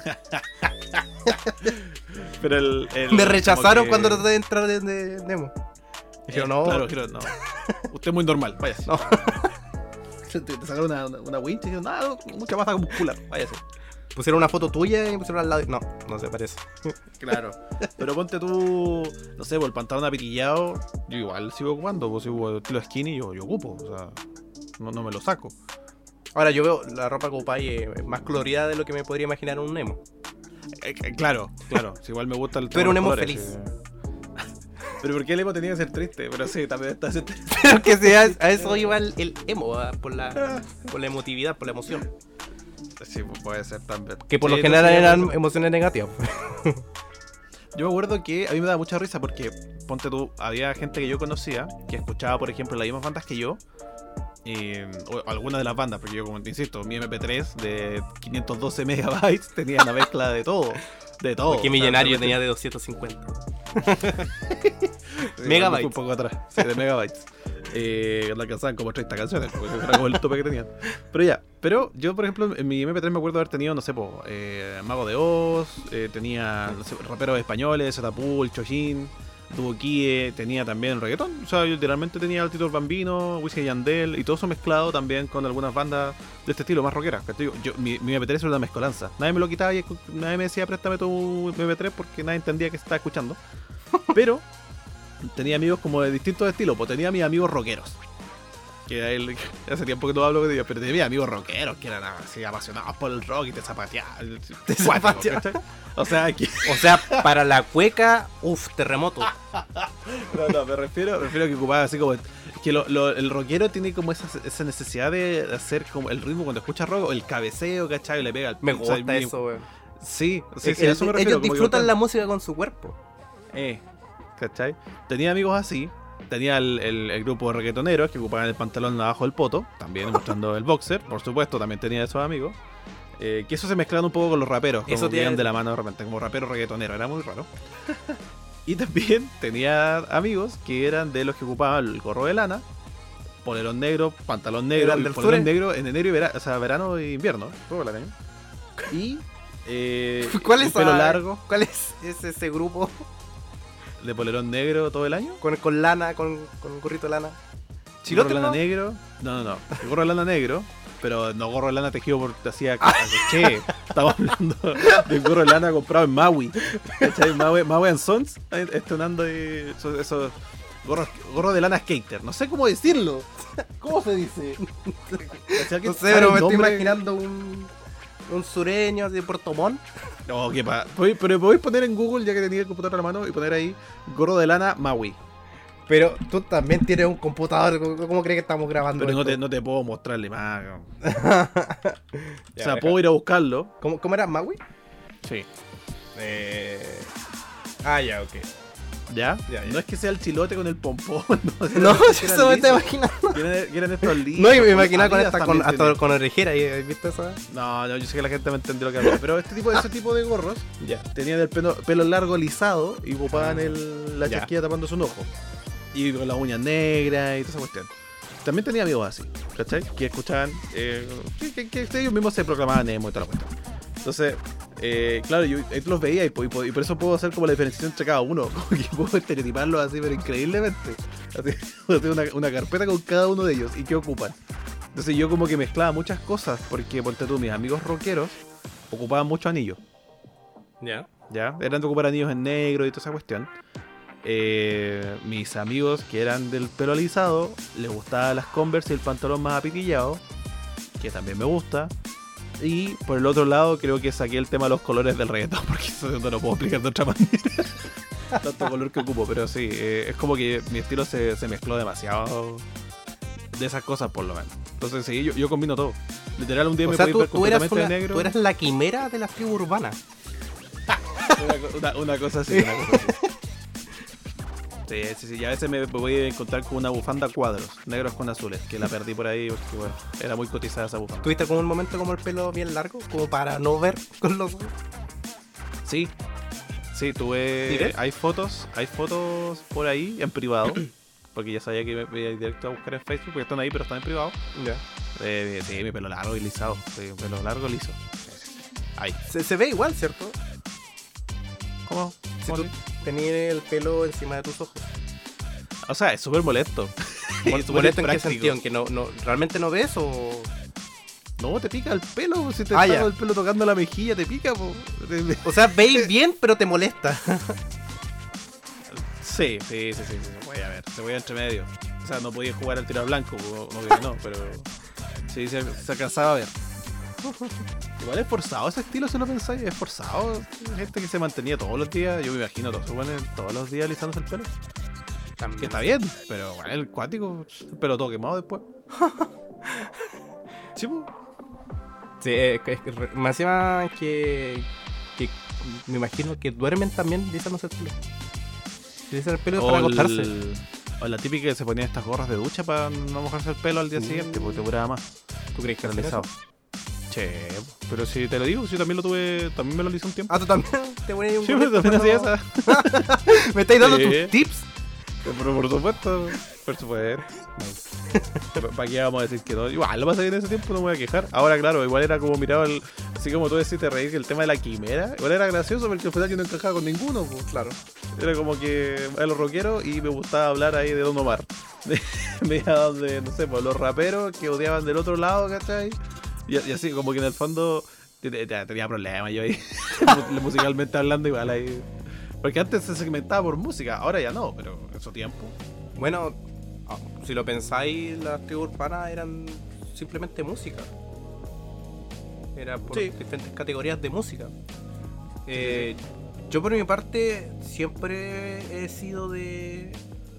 Speaker 2: Pero el, el-
Speaker 1: Me rechazaron
Speaker 2: como que-
Speaker 1: cuando traté de entrar de, de Nemo. Dijeron,
Speaker 2: Eh,
Speaker 1: no,
Speaker 2: Claro, dijeron, no. Usted es muy normal, váyase.
Speaker 1: no.
Speaker 2: Te, te sacaron una, una, una winch y dijeron, no, mucha masa muscular, váyase.
Speaker 1: Pusieron una foto tuya y pusieron al lado. No, no se parece.
Speaker 2: Claro. Pero ponte tú, no sé, por el pantalón apitillado, yo igual sigo ocupando, pues si hubo estilo skinny, yo, yo ocupo, o sea, no, no me lo saco.
Speaker 1: Ahora yo veo la ropa que ocupáis eh, más colorida de lo que me podría imaginar un Nemo.
Speaker 2: Eh, eh, claro, claro, si igual me gusta el
Speaker 1: Tú eres un
Speaker 2: tema
Speaker 1: emo
Speaker 2: de los
Speaker 1: feliz.
Speaker 2: colores, eh. Pero ¿por qué el emo tenía que ser triste? Pero sí, también está ese triste.
Speaker 1: Pero que sea, a eso iba el, el emo, ¿verdad? por la, por la emotividad, por la emoción.
Speaker 2: Sí, pues puede ser también.
Speaker 1: Que por
Speaker 2: Sí,
Speaker 1: lo general
Speaker 2: entonces,
Speaker 1: eran
Speaker 2: pues,
Speaker 1: emociones negativas.
Speaker 2: Yo me acuerdo que a mí me da mucha risa porque, ponte tú, había gente que yo conocía que escuchaba, por ejemplo, las mismas bandas que yo, eh, o algunas de las bandas, porque yo, como te insisto, mi eme pe tres de quinientos doce megabytes tenía una mezcla de todo. De todo.
Speaker 1: Porque
Speaker 2: O sea,
Speaker 1: millonario
Speaker 2: realmente-
Speaker 1: tenía de doscientos cincuenta.
Speaker 2: Sí,
Speaker 1: Megabytes.
Speaker 2: Un poco atrás, sí, de megabytes. Eh, le alcanzaban como treinta canciones, porque era como el tope que tenían. Pero ya, pero yo, por ejemplo, en mi eme pe tres me acuerdo haber tenido, no sé, po, eh, Mago de Oz, eh, tenía no sé, raperos españoles, Zetapul, Chojin, Duokie, tenía también reggaetón. O sea, yo literalmente tenía al Tito el Bambino, Wisin y Yandel, y todo eso mezclado también con algunas bandas de este estilo, más rockeras. Que te digo, yo, mi, mi eme pe tres era una mezcolanza. Nadie me lo quitaba y nadie me decía, préstame tu eme pe tres porque nadie entendía que se estaba escuchando. Pero tenía amigos como de distintos estilos, pues tenía mis amigos rockeros. Que él, hace tiempo que no hablo con ellos, pero tenía amigos rockeros que eran así apasionados por el rock y te zapateaban.
Speaker 1: Te zapateaban.
Speaker 2: O sea, que...
Speaker 1: O sea, para la cueca, uff, terremoto.
Speaker 2: No, no, me refiero, me refiero a que ocupaba así como... Que lo, lo, el rockero tiene como esa, esa necesidad de hacer como el ritmo cuando escucha rock, o el cabeceo, ¿cachai? Le pega al...
Speaker 1: Me
Speaker 2: o sea,
Speaker 1: gusta
Speaker 2: mi-
Speaker 1: eso, weón.
Speaker 2: Sí, sí, sí,
Speaker 1: El-
Speaker 2: a eso me refiero.
Speaker 1: ellos
Speaker 2: como que
Speaker 1: disfrutan
Speaker 2: bacán.
Speaker 1: la música con su cuerpo.
Speaker 2: Eh, ¿cachai? Tenía amigos así. Tenía el, el, el grupo de reggaetoneros que ocupaban el pantalón abajo del poto, también mostrando el boxer, por supuesto, también tenía esos amigos. Eh, que eso se mezclaban un poco con los raperos, como
Speaker 1: Eso
Speaker 2: que
Speaker 1: te-
Speaker 2: iban de la mano de repente, como rapero reggaetonero, era muy raro. Y también tenía amigos que eran de los que ocupaban el gorro de lana, polerón negro, pantalón negro,
Speaker 1: ¿Eran
Speaker 2: y
Speaker 1: del
Speaker 2: polerón
Speaker 1: sur?
Speaker 2: negro en enero y verano, o sea, verano e invierno, todo el año. Y eh,
Speaker 1: ¿Cuál
Speaker 2: un
Speaker 1: es
Speaker 2: pelo
Speaker 1: esa-
Speaker 2: largo
Speaker 1: ¿Cuál es, es ese grupo?
Speaker 2: de polerón negro todo el año.
Speaker 1: Con, con lana, con, con un gorrito de lana.
Speaker 2: Gorro
Speaker 1: ¿Chilote,
Speaker 2: de lana
Speaker 1: no?
Speaker 2: negro. No, no, no. El gorro de lana negro. Pero no gorro de lana tejido por hacía che. Estamos hablando de un gorro de lana comprado en Maui. ¿Cachai? Maui, Maui and Sons. ahí Estrenando ahí esos, esos gorros, gorros de lana skater. No sé cómo decirlo. ¿Cómo se dice? ¿Cachai?
Speaker 1: No sé,
Speaker 2: ¿Sabe
Speaker 1: pero
Speaker 2: el
Speaker 1: me estoy
Speaker 2: nombre?
Speaker 1: imaginando un, un sureño de Puerto Montt.
Speaker 2: No, qué pa. Voy- Pero podéis poner en Google, ya que tenía el computador a la mano, y poner ahí gorro de lana Maui.
Speaker 1: Pero tú también tienes un computador. ¿Cómo, cómo crees que estamos grabando
Speaker 2: Pero no
Speaker 1: esto?
Speaker 2: te, no te puedo mostrar la imagen.
Speaker 1: Ya,
Speaker 2: O sea,
Speaker 1: deja-
Speaker 2: puedo ir a buscarlo.
Speaker 1: ¿Cómo, ¿Cómo era? ¿Maui?
Speaker 2: Sí.
Speaker 1: Eh... Ah, ya, ok.
Speaker 2: ¿Ya?
Speaker 1: Ya, ya.
Speaker 2: No es que sea el chilote con el pompón. No,
Speaker 1: No,
Speaker 2: que
Speaker 1: yo
Speaker 2: eran
Speaker 1: eso me
Speaker 2: lisos.
Speaker 1: estaba imaginando.
Speaker 2: Que eran, que eran estos lisos.
Speaker 1: No, y me
Speaker 2: Con
Speaker 1: imaginaba con
Speaker 2: Adidas
Speaker 1: esta, con,
Speaker 2: también
Speaker 1: hasta
Speaker 2: tenía.
Speaker 1: con orejera. ¿y- ¿Has visto eso?
Speaker 2: No, no, yo sé que la gente me entendió lo que hablaba. Pero este tipo, ese tipo de gorros
Speaker 1: Ya.
Speaker 2: tenían el pelo, pelo largo lisado y ocupaban el, la
Speaker 1: Ya.
Speaker 2: chasquilla tapándose un ojo. Y con las uñas negras y toda esa cuestión. También tenía amigos así, ¿cachai? Que escuchaban, eh, que, que- que ellos mismos se proclamaban emo y toda la cuestión. Entonces, eh, claro, yo ahí los veía y, po- y po- y por eso puedo hacer como la diferenciación entre cada uno. Como que puedo estereotiparlos así, pero increíblemente. Así, tengo una, una carpeta con cada uno de ellos y qué ocupan. Entonces yo como que mezclaba muchas cosas, porque ponte tú, mis amigos rockeros ocupaban mucho anillos,
Speaker 1: Ya.
Speaker 2: ¿ya? Eran de ocupar anillos en negro y toda esa cuestión. Eh, mis amigos que eran del pelo alisado, les gustaban las Converse y el pantalón más apitillado, que también me gusta. Y por el otro lado creo que saqué el tema de los colores del reggaetón, porque eso no lo puedo explicar de otra manera. Tanto color que ocupo, pero sí, eh, es como que mi estilo se, se mezcló demasiado de esas cosas por lo menos. Entonces sí, yo, yo combino todo. Literal un día
Speaker 1: O
Speaker 2: me
Speaker 1: sea,
Speaker 2: podéis
Speaker 1: tú,
Speaker 2: ver
Speaker 1: tú eras
Speaker 2: completamente
Speaker 1: una,
Speaker 2: de negro.
Speaker 1: tú eras la quimera de la tribu urbana.
Speaker 2: Una, co- una- una cosa así, una cosa así. Sí, sí, sí, y a veces me voy a encontrar con una bufanda cuadros, negros con azules, que la perdí por ahí porque bueno, era muy cotizada esa bufanda.
Speaker 1: ¿Tuviste como un momento como el pelo bien largo? Como para no ver con los ojos.
Speaker 2: Sí, sí,
Speaker 1: ¿Y
Speaker 2: tuve.
Speaker 1: ves?
Speaker 2: Hay fotos, hay fotos por ahí en privado, porque ya sabía que me iba directo a buscar en Facebook, porque están ahí, pero están en privado.
Speaker 1: Ya.
Speaker 2: Eh, sí, mi pelo largo y lisado, sí, mi pelo largo liso. Ahí.
Speaker 1: Se, se ve igual, ¿cierto?
Speaker 2: ¿Cómo?
Speaker 1: Si
Speaker 2: ¿Cómo
Speaker 1: tú
Speaker 2: así?
Speaker 1: tenías el pelo encima de tus ojos.
Speaker 2: O sea, es súper molesto.
Speaker 1: ¿Mol-
Speaker 2: Es súper
Speaker 1: ¿Molesto en qué
Speaker 2: impráctico.
Speaker 1: sentido? ¿En que no, no, realmente no ves o...?
Speaker 2: No, te pica el pelo, si te
Speaker 1: Ah,
Speaker 2: está
Speaker 1: ya.
Speaker 2: el pelo tocando la mejilla, te pica, po.
Speaker 1: O sea, veis bien, pero te molesta.
Speaker 2: Sí, sí, sí, sí, sí, se puede ver, se puede entre medio. O sea, no podía jugar al tiro al blanco, no, no, que no, pero sí, se, se alcanzaba a ver. Igual es forzado ese estilo, si lo pensáis, es forzado. Gente que se mantenía todos los días, yo me imagino todos bueno, todos los días alisándose el pelo. Que está bien, pero bueno, el cuático, el pelo todo quemado después. Sí, pues.
Speaker 1: Sí, es que, es que re- más encima que, que me imagino que duermen también lisándose el pelo. Lisan el pelo para
Speaker 2: O,
Speaker 1: acostarse.
Speaker 2: el- o la típica que se ponía estas gorras de ducha para no mojarse el pelo al día siguiente, porque te duraba más.
Speaker 1: ¿Tú crees que hacen
Speaker 2: Realizado.
Speaker 1: eso?
Speaker 2: Che, pero si te lo digo, yo también lo tuve, también me lo hice un tiempo.
Speaker 1: Ah, tú también te pones un
Speaker 2: Sí, pues
Speaker 1: gorrito
Speaker 2: también hacía
Speaker 1: cuando-
Speaker 2: esa.
Speaker 1: ¿Me estáis dando
Speaker 2: Sí.
Speaker 1: tus tips?
Speaker 2: Pero por supuesto, por supuesto. No. ¿Para qué vamos a decir que no? Igual, lo pasa que en ese tiempo no me voy a quejar. Ahora, claro, igual era como miraba el. Así como tú decís, te reír que el tema de la quimera. Igual era gracioso porque al final yo no encajaba con ninguno, pues. Claro. Era como que a los rockeros y me gustaba hablar ahí de Don Omar. Me iba de, no sé, pues los raperos que odiaban del otro lado, ¿cachai? Y, y así, como que en el fondo tenía problemas yo ahí. Musicalmente hablando, igual ahí. Porque antes se segmentaba por música, ahora ya no, pero en su tiempo.
Speaker 1: Bueno, si lo pensáis, las tribus urbanas eran simplemente música. Era por sí. diferentes categorías de música. Eh, yo por mi parte siempre he sido de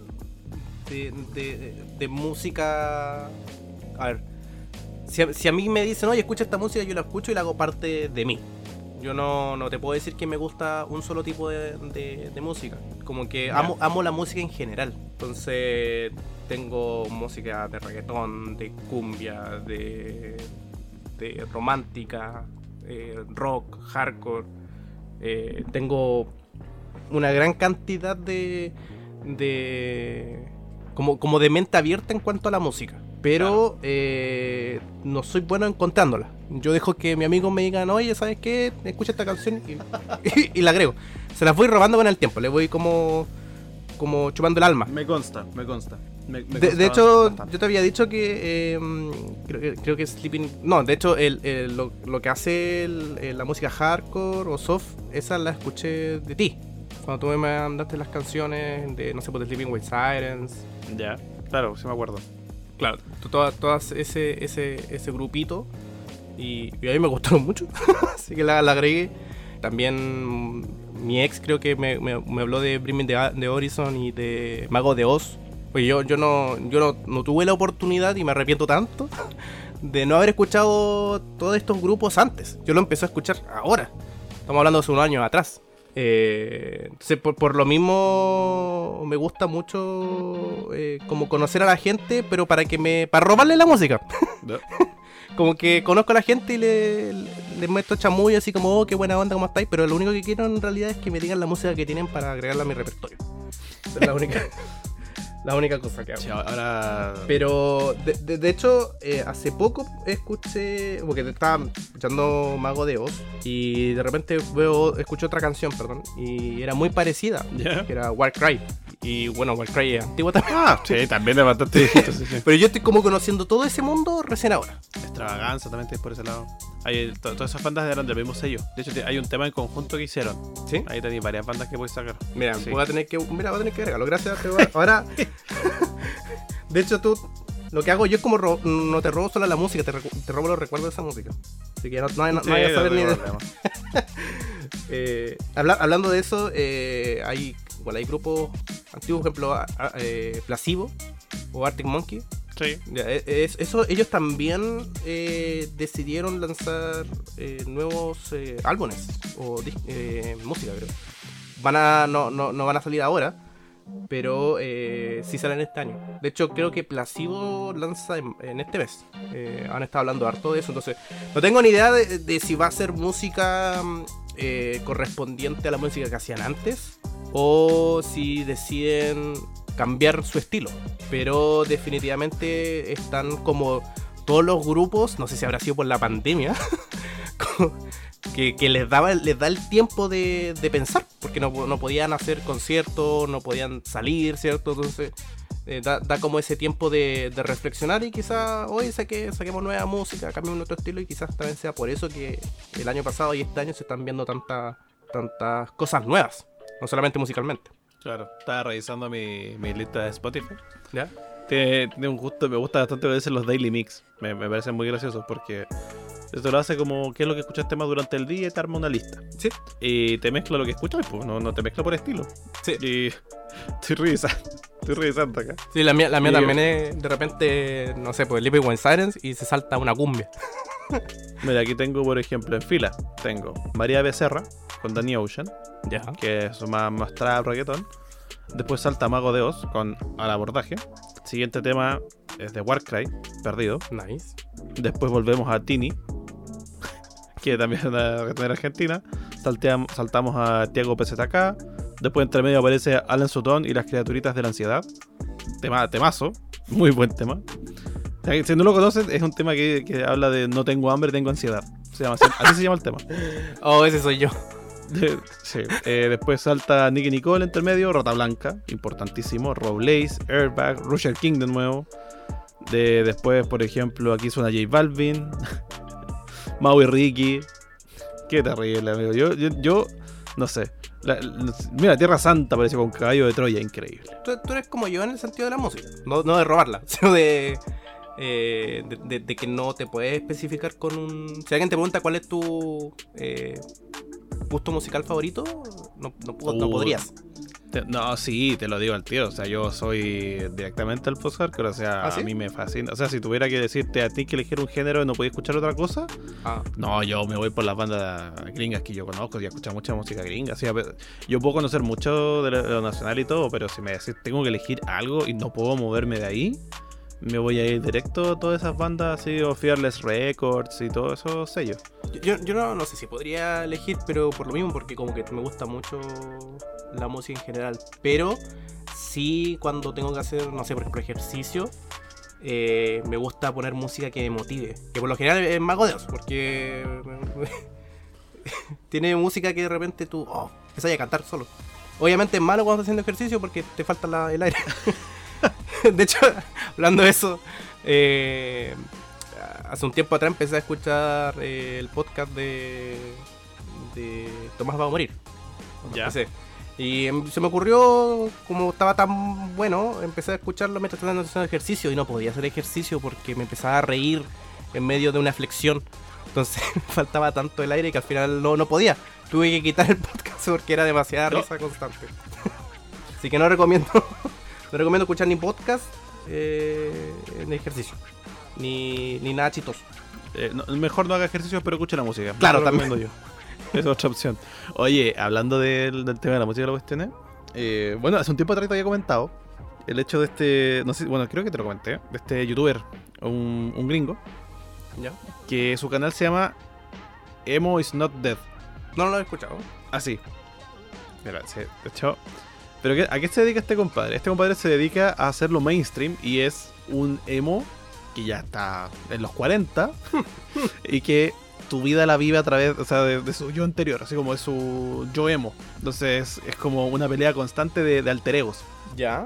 Speaker 1: de, de, de, de música. A ver, si a, si a mí me dicen, oye, escucha esta música, yo la escucho y la hago parte de mí. Yo no, no te puedo decir que me gusta un solo tipo de, de, de música. Como que amo, amo la música en general. Entonces tengo música de reggaetón, de cumbia, de, de romántica, eh, rock, hardcore. Eh, tengo una gran cantidad de, de como, como de mente abierta en cuanto a la música. Pero claro. eh, no soy bueno encontrándola. Yo dejo que mi amigo me digan, oye, ¿sabes qué? Escucha esta canción y, y, y la agrego. Se las voy robando con el tiempo, le voy como como chupando el alma.
Speaker 2: Me consta, me consta. Me, me
Speaker 1: de, de hecho, bastante. Yo te había dicho que eh, creo, creo que Sleeping... No, de hecho, el, el, lo, lo que hace el, el, la música hardcore o soft, esa la escuché de ti. Cuando tú me mandaste las canciones de, no sé, pues de Sleeping with Sirens.
Speaker 2: Ya, claro, sí me acuerdo.
Speaker 1: Claro, todas, todas ese, ese, ese grupito y, y a mí me gustaron mucho, así que la, la agregué. También mi ex creo que me, me, me habló de Bring Me the, the Horizon y de Mago de Oz. Pues yo, yo, no, yo no, no tuve la oportunidad y me arrepiento tanto de no haber escuchado todos estos grupos antes. Yo lo empecé a escuchar ahora, estamos hablando de hace unos años atrás. Eh, entonces por, por lo mismo me gusta mucho eh, como conocer a la gente, pero para que me para robarle la música. No. Como que conozco a la gente y le, le, le meto chamuyo así como, oh, qué buena onda, ¿cómo estáis? Pero lo único que quiero en realidad es que me digan la música que tienen para agregarla a mi repertorio. Esa es la única la única cosa que hago.
Speaker 2: Sí, ahora...
Speaker 1: Pero de, de, de hecho eh, hace poco escuché, porque estaba escuchando Mago de Oz y de repente veo escuché otra canción, perdón, y era muy parecida, yeah. que era Warcry. Y bueno, Warcry es antiguo también.
Speaker 2: Ah, sí, también es bastante viejito, sí, sí.
Speaker 1: Pero yo estoy como conociendo todo ese mundo recién ahora.
Speaker 2: Extravaganza también por ese lado. Hay, to, todas esas bandas eran del mismo sello. De hecho, hay un tema en conjunto que hicieron. ¿Sí? Ahí tenéis varias bandas que puedes sacar.
Speaker 1: Mira,
Speaker 2: sí.
Speaker 1: voy a tener que, mira, voy a tener que agregarlo. Gracias. Te voy a, ahora, de hecho, tú, lo que hago yo es como ro, no te robo solo la música, te, te robo los recuerdos de esa música. Así que no, no, no, sí, no vayas a saber ni de... eh, habla, hablando de eso, eh, hay, bueno, hay grupos antiguos, por ejemplo, a, a, eh, Placebo o Arctic Monkey.
Speaker 2: Sí.
Speaker 1: Es, eso, ellos también eh, decidieron lanzar eh, nuevos eh, álbumes o eh, música, creo. Van a, no, no, no van a salir ahora, pero eh, sí salen este año. De hecho, creo que Placebo lanza en, en este mes. Eh, han estado hablando harto de eso, entonces no tengo ni idea de, de si va a ser música eh, correspondiente a la música que hacían antes o si deciden cambiar su estilo, pero definitivamente están como todos los grupos, no sé si habrá sido por la pandemia, que, que les daba les da el tiempo de, de pensar, porque no, no podían hacer conciertos, no podían salir, ¿cierto? Entonces eh, da, da como ese tiempo de, de reflexionar y quizás hoy saque, saquemos nueva música, cambiemos nuestro estilo y quizás también sea por eso que el año pasado y este año se están viendo tantas tantas cosas nuevas, no solamente musicalmente.
Speaker 2: Claro, estaba revisando mi, mi lista de Spotify.
Speaker 1: ¿Ya?
Speaker 2: Tiene, tiene un gusto, me gusta bastante veces los Daily Mix. Me, me parecen muy graciosos porque esto lo hace como qué es lo que escuchaste más durante el día y te arma una lista.
Speaker 1: Sí.
Speaker 2: Y te mezcla lo que escuchas, pues no, no te mezcla por estilo.
Speaker 1: Sí.
Speaker 2: Y estoy revisando, estoy revisando acá.
Speaker 1: Sí, la mía, la mía y también es de repente, no sé, pues Sleeping with Sirens y se salta una cumbia.
Speaker 2: Mira, aquí tengo, por ejemplo, en fila, tengo María Becerra con Danny Ocean,
Speaker 1: ya,
Speaker 2: que es más, más trap, reggaetón. Después salta Mago de Oz con Al Abordaje. Siguiente tema es de Warcry, Perdido.
Speaker 1: Nice.
Speaker 2: Después volvemos a Tini, que también es una reggaetonera argentina. Salteam, saltamos a Tiago P Z K, Después entre medio aparece Alan Sutton y las criaturitas de la ansiedad. Tema, temazo. Muy buen tema. O sea, si no lo conoces, es un tema que, que habla de no tengo hambre, tengo ansiedad. Se llama así, así se llama el tema.
Speaker 1: Oh, ese soy yo.
Speaker 2: Sí. Eh, después salta Nicky Nicole entre medio, Rata Blanca, importantísimo. Roblaze, Airbag, Roger King de nuevo. De, después, por ejemplo, aquí suena J Balvin, Mau y Ricky. Qué terrible, amigo. Yo, yo, yo no sé. La, la, mira, Tierra Santa apareció con Caballo de Troya, increíble.
Speaker 1: Tú, tú eres como yo en el sentido de la música. No, no de robarla, sino de, eh, de, de, de que no te puedes especificar con un... Si alguien te pregunta cuál es tu eh, gusto musical favorito, no, no, no, no podrías.
Speaker 2: Te, no, sí, te lo digo al tío. O sea, yo soy directamente el post-hardcore. O sea,
Speaker 1: ¿Ah, sí?
Speaker 2: A mí me fascina. O sea, si tuviera que decirte a ti que elegir un género y no podías escuchar otra cosa,
Speaker 1: Ah.
Speaker 2: no, yo me voy por las bandas gringas que yo conozco. Yo escucho mucha música gringa. O sea, yo puedo conocer mucho de lo, de lo nacional y todo, pero si me decís tengo que elegir algo y no puedo moverme de ahí, me voy a ir directo a todas esas bandas así, o Fearless Records y todos esos sellos.
Speaker 1: Yo, yo no, no sé si podría elegir, pero por lo mismo, porque como que me gusta mucho la música en general. Pero sí, cuando tengo que hacer, no sé, por ejemplo, ejercicio, eh, me gusta poner música que me motive. Que por lo general es Mago de Oz, porque tiene música que de repente tú oh, empiezas a cantar solo. Obviamente es malo cuando estás haciendo ejercicio porque te falta la, el aire. De hecho, hablando de eso, eh, hace un tiempo atrás empecé a escuchar eh, el podcast de, de Tomás va a morir.
Speaker 2: Ya.
Speaker 1: Empecé. Y em, se me ocurrió, como estaba tan bueno, empecé a escucharlo mientras estaba haciendo ejercicio y no podía hacer ejercicio porque me empezaba a reír en medio de una flexión. Entonces me faltaba tanto el aire que al final no, no podía. Tuve que quitar el podcast porque era demasiada
Speaker 2: No.
Speaker 1: risa constante. Así que no recomiendo... No recomiendo escuchar ni podcast eh, en ejercicio, ni, ni nada chistoso.
Speaker 2: Eh, no, mejor no haga ejercicios, pero escuche la música.
Speaker 1: Claro,
Speaker 2: Eso lo
Speaker 1: también.
Speaker 2: recomiendo yo. Es otra opción. Oye, hablando del, del tema de la música de la cuestión, eh, bueno, hace un tiempo atrás te había comentado el hecho de este, no sé, bueno, creo que te lo comenté, de este youtuber, un, un gringo,
Speaker 1: ¿Ya?
Speaker 2: que su canal se llama Emo is Not Dead.
Speaker 1: No, no lo he escuchado.
Speaker 2: Así. Mira, se, de hecho... ¿Pero qué, a qué se dedica este compadre? Este compadre se dedica a hacerlo mainstream y es un emo que ya está en los cuarenta y que tu vida la vive a través, o sea, de, de su yo anterior, así como de su yo emo. Entonces es como una pelea constante de, de alter egos.
Speaker 1: ¿Ya?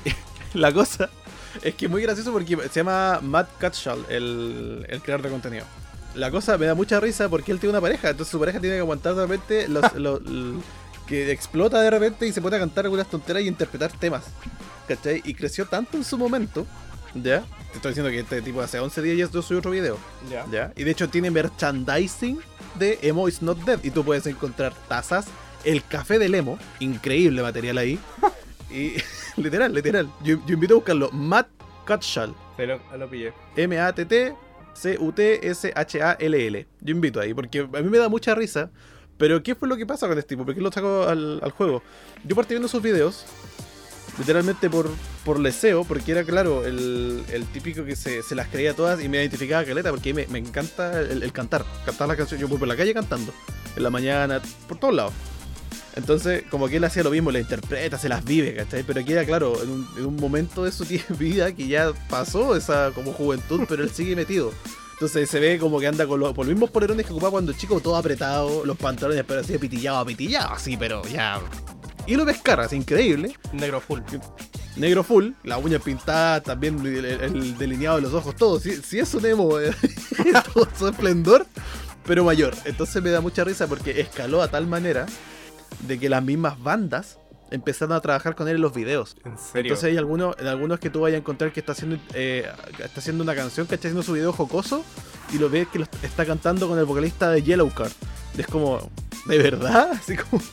Speaker 2: La cosa es que es muy gracioso porque se llama Matt Cutshall, el, el creador de contenido. La cosa me da mucha risa porque él tiene una pareja, entonces su pareja tiene que aguantar de repente los... los, los que explota de repente y se pone a cantar algunas tonteras y interpretar temas, ¿cachai? Y creció tanto en su momento, ¿ya? Te estoy diciendo que este tipo hace once días ya yo subí otro video,
Speaker 1: ¿Ya?
Speaker 2: ¿ya? Y de hecho tiene merchandising de Emo is Not Dead y tú puedes encontrar tazas, el café del emo, increíble material ahí, y literal, literal, yo, yo invito a buscarlo, Matt Cutshall,
Speaker 1: Se lo, lo pillé.
Speaker 2: M A T T C U T S H A L L, yo invito ahí, porque a mí me da mucha risa. Pero ¿qué fue lo que pasa con este tipo? ¿Por qué lo saco al, al juego? Yo partí viendo sus videos, literalmente por, por leseo, porque era claro, el, el típico que se, se las creía todas y me identificaba a caleta, porque me, me encanta el, el cantar, cantar las canciones. Yo voy por la calle cantando, en la mañana, por todos lados. Entonces, como que él hacía lo mismo, la interpreta, se las vive, ¿cachai? Pero aquí era claro, en un, en un momento de su vida que ya pasó esa como juventud, pero él sigue metido. Entonces se ve como que anda con los, por los mismos polerones que ocupaba cuando chico, todo apretado, los pantalones, pero así de pitillado a pitillado, así, pero ya. Y lo pescara, así increíble.
Speaker 1: Negro full.
Speaker 2: Negro full, la uña pintada, también el, el delineado de los ojos, todo. Si, si es un emo, eh, todo su esplendor, pero mayor. Entonces me da mucha risa porque escaló a tal manera de que las mismas bandas empezaron a trabajar con él en los videos.
Speaker 1: ¿En serio?
Speaker 2: Entonces hay algunos, en algunos que tú vayas a encontrar que está haciendo, eh, está haciendo una canción, que está haciendo su video jocoso y lo ves que lo está cantando con el vocalista de Yellowcard. Es como, ¿de verdad? Así como,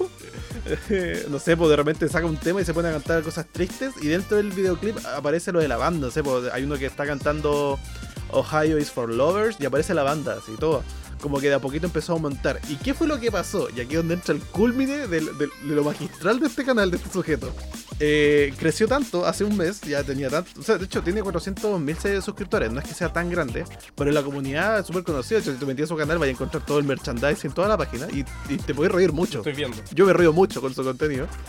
Speaker 2: eh, no sé, pues de repente saca un tema y se pone a cantar cosas tristes y dentro del videoclip aparece lo de la banda. No sé, pues hay uno que está cantando Ohio is for Lovers y aparece la banda, así todo. Como que de a poquito empezó a montar. ¿Y qué fue lo que pasó? Y aquí es donde entra el culmine de, de, de lo magistral de este canal, de este sujeto. Eh, creció tanto, hace un mes ya tenía tanto... O sea, de hecho tiene cuatrocientos mil suscriptores, no es que sea tan grande, pero en la comunidad es súper conocida. De hecho, si te metías a su canal vas a encontrar todo el merchandising en toda la página y, y te puedes reír mucho.
Speaker 1: Estoy viendo.
Speaker 2: Yo me río mucho con su contenido.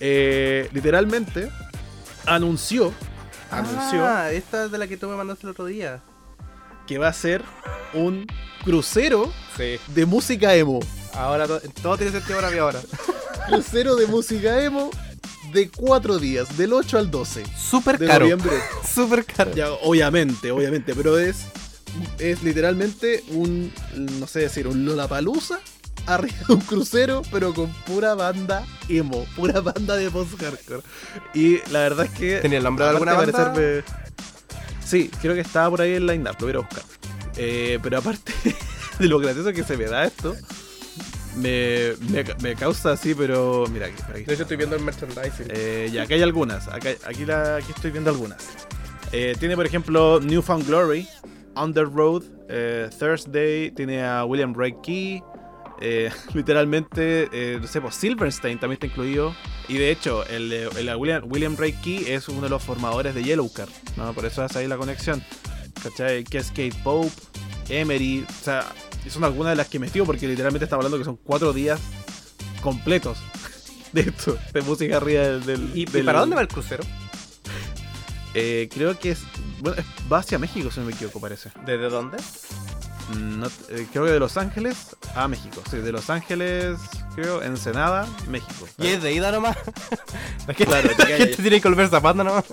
Speaker 2: eh, literalmente anunció, anunció
Speaker 1: Ah, esta es de la que tú me mandaste el otro día.
Speaker 2: que va a ser un crucero
Speaker 1: Sí.
Speaker 2: de música emo.
Speaker 1: Ahora to- todo tiene sentido para mí ahora.
Speaker 2: Crucero de música emo de cuatro días, del ocho al doce
Speaker 1: Súper
Speaker 2: de
Speaker 1: caro.
Speaker 2: noviembre.
Speaker 1: Súper caro.
Speaker 2: Ya, obviamente, obviamente, pero es, es literalmente un, no sé decir, un Lollapalooza arriba de un crucero, pero con pura banda emo, pura banda de post-hardcore. Y la verdad es que...
Speaker 1: ¿Tenía el nombre de
Speaker 2: aparte
Speaker 1: alguna
Speaker 2: de
Speaker 1: banda?
Speaker 2: parecerme- Sí, creo que estaba por ahí en line-up, lo voy a ir a buscar. Eh, pero aparte de lo gracioso que se me da esto, me, me, me causa así, pero... Mira, aquí, por aquí
Speaker 1: De hecho,
Speaker 2: está.
Speaker 1: estoy viendo el merchandising.
Speaker 2: Eh, ya, acá hay algunas. Acá, aquí, la, aquí estoy viendo algunas. Eh, tiene, por ejemplo, Newfound Glory, On the Road, eh, Thursday, tiene a William Ray Key. Eh, literalmente, eh, no sé, pues Silverstein también está incluido. Y de hecho, el, el William, William Ray Key es uno de los formadores de Yellowcard, ¿no? Por eso hace ahí la conexión. ¿Cachai? Cascade Pope, Emery, o sea, son algunas de las que metió porque literalmente estamos hablando que son cuatro días completos de esto, de música arriba del... del-
Speaker 1: ¿Y, y
Speaker 2: del-
Speaker 1: para dónde va el crucero?
Speaker 2: Eh, creo que es, bueno, es- va hacia México, si no me equivoco, parece.
Speaker 1: ¿Desde dónde?
Speaker 2: No, eh, creo que de Los Ángeles a México. Sí, de Los Ángeles, creo, Ensenada, México.
Speaker 1: Y es de ida nomás. La gente,
Speaker 2: Claro, te
Speaker 1: la
Speaker 2: cae
Speaker 1: gente
Speaker 2: ahí.
Speaker 1: tiene que volver zapando nomás.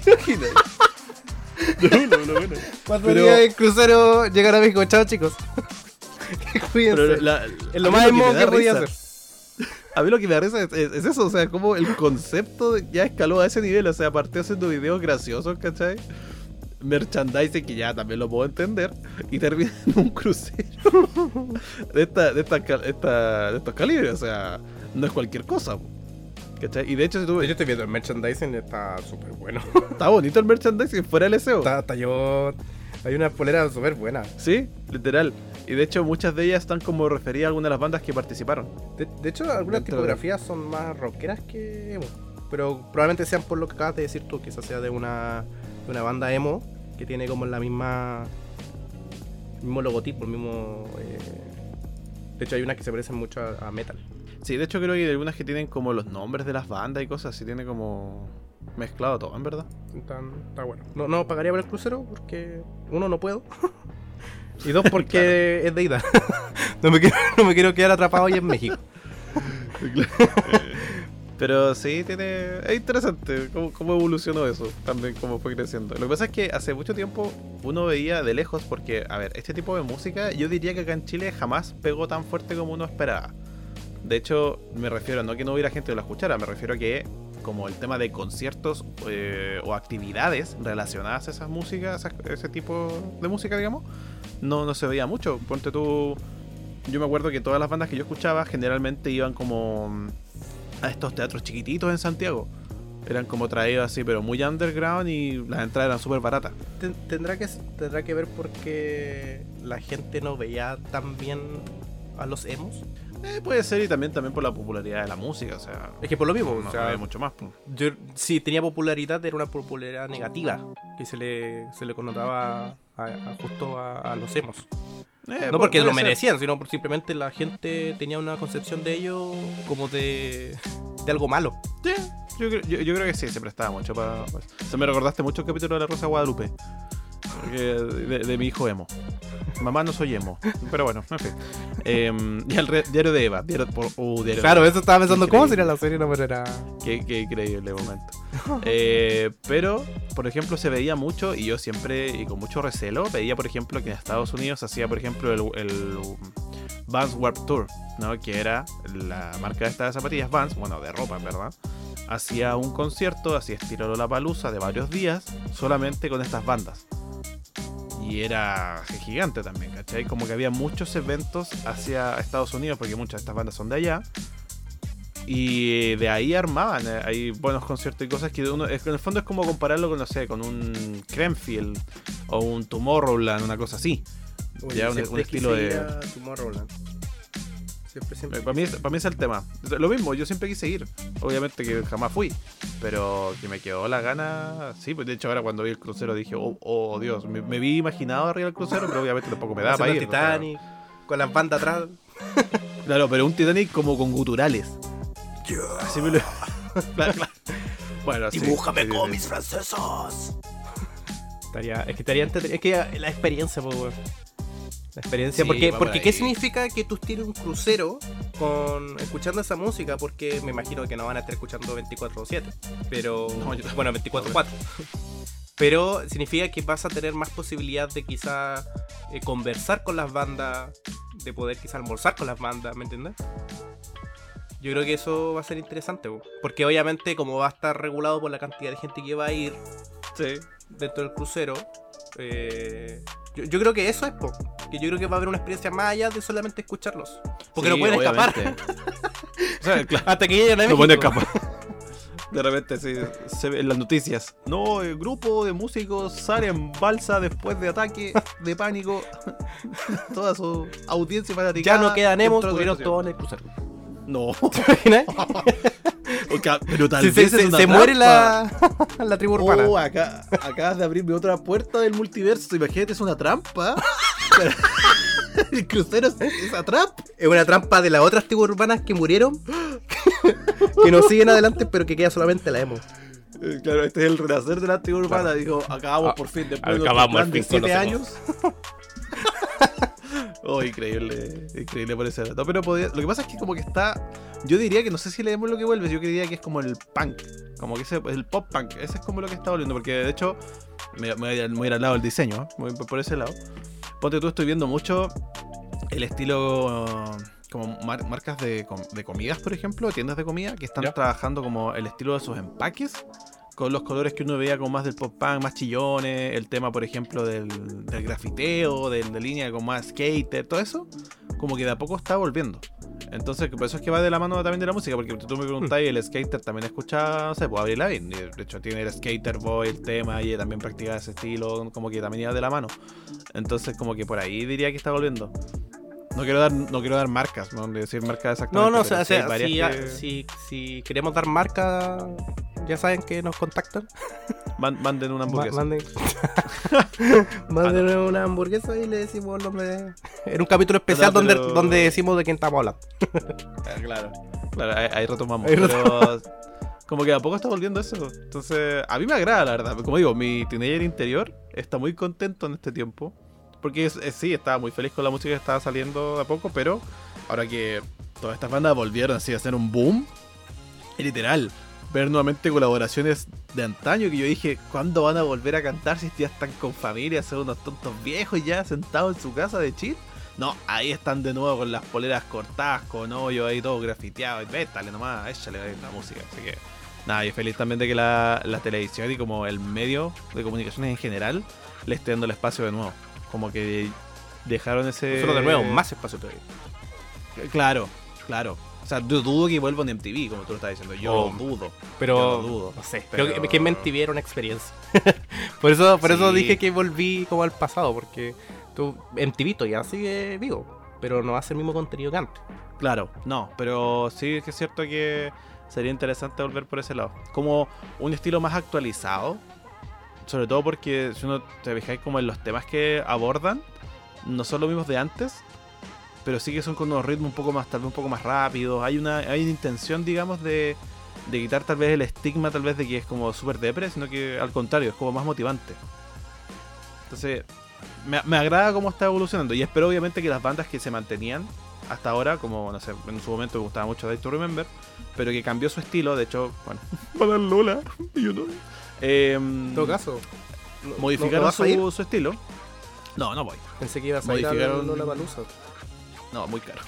Speaker 2: No, no, no, no.
Speaker 1: Cuatro
Speaker 2: Pero-
Speaker 1: días de crucero, llegar a México. Chao, chicos. Cuídense.
Speaker 2: Pero la-
Speaker 1: es lo
Speaker 2: a mí
Speaker 1: más
Speaker 2: que
Speaker 1: emo
Speaker 2: me
Speaker 1: que
Speaker 2: da
Speaker 1: podía
Speaker 2: risa-
Speaker 1: hacer.
Speaker 2: A mí lo que me da risa es, es- es eso, o sea, como el concepto de- ya escaló a ese nivel, o sea, partió haciendo videos graciosos, ¿cachai? Merchandising que ya también lo puedo entender, y termina en un crucero de, esta, de, esta, cal- esta- de estos calibres, o sea, no es cualquier cosa, po, ¿cachai? Y de hecho, si tú,
Speaker 1: Yo estoy viendo el merchandising, está súper bueno.
Speaker 2: está bonito el merchandising fuera del S E O.
Speaker 1: Está, está yo. Hay una polera súper buena.
Speaker 2: Sí, literal. Y de hecho, muchas de ellas están como referidas a algunas de las bandas que participaron.
Speaker 1: De, de hecho, algunas
Speaker 2: Dentro de-
Speaker 1: tipografías son más rockeras que emo. Pero probablemente sean por lo que acabas de decir tú, quizás sea de una, de una banda emo que tiene como la misma. El mismo logotipo, el mismo. eh, De hecho, hay unas que se parecen mucho a, a metal.
Speaker 2: Sí, de hecho creo que hay algunas que tienen como los nombres de las bandas y cosas así, tiene como mezclado todo, en verdad.
Speaker 1: Está, está bueno. No, no pagaría por el crucero porque, uno, no puedo. Y dos, porque es de ida. no, me quiero, no me quiero quedar atrapado hoy en México.
Speaker 2: Pero sí, tiene es interesante cómo, cómo evolucionó eso, también cómo fue creciendo. Lo que pasa es que hace mucho tiempo uno veía de lejos, porque, a ver, este tipo de música yo diría que acá en Chile jamás pegó tan fuerte como uno esperaba. De hecho, me refiero, no que no hubiera gente que lo escuchara, me refiero a que como el tema de conciertos eh, o actividades relacionadas a esas músicas, esas- ese tipo de música, digamos, no, no se veía mucho. Ponte tú, yo me acuerdo que todas las bandas que yo escuchaba generalmente iban como mm, a estos teatros chiquititos en Santiago. Eran como traídos así, pero muy underground, y las entradas eran súper baratas.
Speaker 1: Ten- Tendrá que, tendrá que ver porque la gente no veía tan bien a los emos.
Speaker 2: Eh, puede ser, y también, también por la popularidad de la música, o sea,
Speaker 1: Es que por lo mismo,
Speaker 2: no
Speaker 1: o sea,
Speaker 2: ve mucho más. Pues.
Speaker 1: yo sí tenía popularidad, era una popularidad negativa que se le, se le connotaba a, a- justo a, a los emos.
Speaker 2: Eh,
Speaker 1: No
Speaker 2: pu-
Speaker 1: porque
Speaker 2: puede
Speaker 1: lo
Speaker 2: ser.
Speaker 1: merecían, sino porque simplemente la gente tenía una concepción de ellos como de, de algo malo.
Speaker 2: Sí, yo, creo- yo, yo creo que sí, se prestaba mucho para... Se me recordaste mucho el capítulo de La Rosa de Guadalupe. Porque de, de mi hijo emo. Mamá, no soy emo. Pero bueno, en fin. Eh, y el re- diario de Eva. Diario, por, uh, diario
Speaker 1: Claro,
Speaker 2: de
Speaker 1: eso estaba pensando,
Speaker 2: Increíble.
Speaker 1: ¿cómo sería la serie? No, pero era...
Speaker 2: Qué, qué increíble momento. Eh, pero, por ejemplo, se veía mucho, y yo siempre, y con mucho recelo, veía, por ejemplo, que en Estados Unidos hacía, por ejemplo, el, el Vans Warped Tour, ¿no? Que era la marca esta de zapatillas Vans, bueno, de ropa, en verdad. Hacía un concierto, hacía estilo Lollapalooza de varios días, solamente con estas bandas. Y era gigante también, ¿cachai? Como que había muchos eventos hacia Estados Unidos, porque muchas de estas bandas son de allá. Y de ahí armaban, eh, hay buenos conciertos y cosas que uno, es que en el fondo es como compararlo con, no sé, con un Creamfield o un Tomorrowland, una cosa así. Ya, un- un estilo de-
Speaker 1: Tomorrowland. Siempre, siempre.
Speaker 2: Para mí, es- para mí es el tema. Lo mismo, yo siempre quise ir. Obviamente que jamás fui. Pero que me quedó la gana. Sí, pues de hecho ahora cuando vi el crucero dije, oh, oh Dios, me, me vi imaginado arriba del crucero, pero obviamente tampoco me da para
Speaker 1: Haciendo
Speaker 2: ir. o sea.
Speaker 1: Titanic, con las bandas atrás.
Speaker 2: Claro, pero un Titanic como con guturales. Así me lo, Claro, claro. Bueno, sí.
Speaker 1: Dibújame
Speaker 2: sí, sí,
Speaker 1: con
Speaker 2: sí.
Speaker 1: mis francesos. Estaría, es que estaría entre- es que la experiencia, pues, weón. La experiencia,
Speaker 2: Sí,
Speaker 1: porque,
Speaker 2: va por
Speaker 1: porque
Speaker 2: ahí.
Speaker 1: ¿qué significa que tú tires un crucero con escuchando esa música? Porque me imagino que no van a estar escuchando veinticuatro siete, pero
Speaker 2: No, yo-
Speaker 1: bueno, veinticuatro cuatro. Pero significa que vas a tener más posibilidad de quizá eh, conversar con las bandas, de poder quizá almorzar con las bandas, ¿me entiendes? Yo creo que eso va a ser interesante, po. Porque obviamente como va a estar regulado por la cantidad de gente que va a ir
Speaker 2: Sí.
Speaker 1: dentro del crucero, eh, yo, yo creo que eso es, po. Que yo creo que va a haber una experiencia más allá de solamente escucharlos. Porque
Speaker 2: Sí,
Speaker 1: no pueden escapar
Speaker 2: obviamente. O sea, claro.
Speaker 1: hasta que lleguen a
Speaker 2: No
Speaker 1: México.
Speaker 2: pueden escapar. De repente sí, se ve en las noticias. No, el grupo de músicos sale en balsa después de ataque de pánico. Toda su audiencia
Speaker 1: Ya
Speaker 2: fanaticada.
Speaker 1: no quedan emos,
Speaker 2: entró a
Speaker 1: murieron
Speaker 2: esa
Speaker 1: todos en el crucero.
Speaker 2: No.
Speaker 1: ¿Te imaginas?
Speaker 2: O ca- pero tal
Speaker 1: Se,
Speaker 2: vez
Speaker 1: se-
Speaker 2: es
Speaker 1: se-
Speaker 2: una
Speaker 1: se
Speaker 2: trampa.
Speaker 1: muere la, la tribu urbana.
Speaker 2: Oh, acá, acabas de abrirme otra puerta del multiverso. Imagínate, es una trampa. El crucero es esa trampa.
Speaker 1: Es una trampa de las otras tribus urbanas que murieron, que nos siguen adelante, pero que queda solamente la emo.
Speaker 2: Eh, Claro, este es el renacer de la tribu urbana.
Speaker 1: Claro.
Speaker 2: Dijo, acabamos
Speaker 1: Ah,
Speaker 2: por fin, después
Speaker 1: acabamos,
Speaker 2: de
Speaker 1: al fin
Speaker 2: siete
Speaker 1: conocemos.
Speaker 2: años. Oh, increíble, increíble por ese dato. Pero podría- lo que pasa es que como que está. Yo diría que no sé si leemos lo que vuelve, yo diría que es como el punk. Como que ese, el pop punk, ese es como lo que está volviendo. Porque de hecho, me, me voy a ir- me voy a ir al lado del diseño, ¿eh? Me voy por ese lado. Ponte tú, estoy viendo mucho el estilo. uh, Como mar- marcas de, com- de comidas, por ejemplo, tiendas de comida, que están
Speaker 1: Ya.
Speaker 2: trabajando como el estilo de sus empaques, con los colores que uno veía como más del pop punk, más chillones, el tema, por ejemplo, del, del grafiteo, del- de línea con más skater, todo eso, como que de a poco está volviendo. Entonces, por eso es que va de la mano también de la música, porque tú me preguntas, y el skater también escucha, no sé, pues Avril Lavigne, y de hecho tiene el Skater Boy, el tema, y ella también practica ese estilo, como que también iba de la mano. Entonces, como que por ahí diría que está volviendo. No quiero dar, no quiero dar marcas, no decir marcas exactamente.
Speaker 1: No, no, o
Speaker 2: pero
Speaker 1: sea,
Speaker 2: sí hay
Speaker 1: si,
Speaker 2: varias
Speaker 1: si, ah,
Speaker 2: que-
Speaker 1: si, si queremos dar marca, ya saben que nos contactan.
Speaker 2: Man- manden una
Speaker 1: Ma-
Speaker 2: hamburguesa.
Speaker 1: Manden, manden una hamburguesa y le decimos el nombre de... En un capítulo especial
Speaker 2: No, pero-
Speaker 1: donde, donde decimos de quién estamos hablando.
Speaker 2: Ah, claro. Claro, ahí, ahí retomamos.
Speaker 1: Ahí
Speaker 2: pero como que a poco está volviendo eso. Entonces, a mí me agrada, la verdad. Como digo, mi teenager interior está muy contento en este tiempo. Porque es- es- sí, estaba muy feliz con la música que estaba saliendo de a poco, pero ahora que todas estas bandas volvieron así a hacer un boom, es literal, ver nuevamente colaboraciones de antaño que yo dije, ¿cuándo van a volver a cantar si ya están con familia, son unos tontos viejos ya sentados en su casa de chill? No, ahí están de nuevo con las poleras cortadas, con hoyo ahí todo grafiteado. Y métale nomás, échale ahí la música. Así que, nada, y feliz también de que la, la televisión y como el medio de comunicaciones en general le esté dando el espacio de nuevo. Como que dejaron ese.
Speaker 1: Nosotros de nuevo, más espacio todavía.
Speaker 2: Claro, claro. O sea, yo dudo que vuelvan en M T V, como tú lo estás diciendo. Yo
Speaker 1: Oh,
Speaker 2: lo dudo.
Speaker 1: Pero,
Speaker 2: Yo lo dudo,
Speaker 1: no sé,
Speaker 2: pero-
Speaker 1: creo que, que en M T V era una experiencia. por eso, por eso
Speaker 2: Sí.
Speaker 1: dije que volví como al pasado, porque tú, M T V todavía sigue vivo, pero no hace el mismo contenido que antes.
Speaker 2: Claro, no, pero sí que es cierto que sería interesante volver por ese lado. Como un estilo más actualizado. Sobre todo porque si uno te fijáis como en los temas que abordan, no son los mismos de antes, pero sí que son con unos ritmos un poco más, tal vez un poco más rápidos. Hay una, hay una intención, digamos, de, de quitar tal vez el estigma tal vez de que es como súper depre, sino que al contrario, es como más motivante. Entonces, me, me agrada cómo está evolucionando y espero obviamente que las bandas que se mantenían hasta ahora, como no sé, en su momento me gustaba mucho Day to Remember, pero que cambió su estilo, de hecho, bueno, para Lola, you know. Eh,
Speaker 1: En todo caso, ¿no-
Speaker 2: modificaron
Speaker 1: no vas a ir?
Speaker 2: su, su estilo. No, no voy.
Speaker 1: Pensé que ibas a ir a
Speaker 2: modificaron-
Speaker 1: Lollapalooza.
Speaker 2: No, muy caro.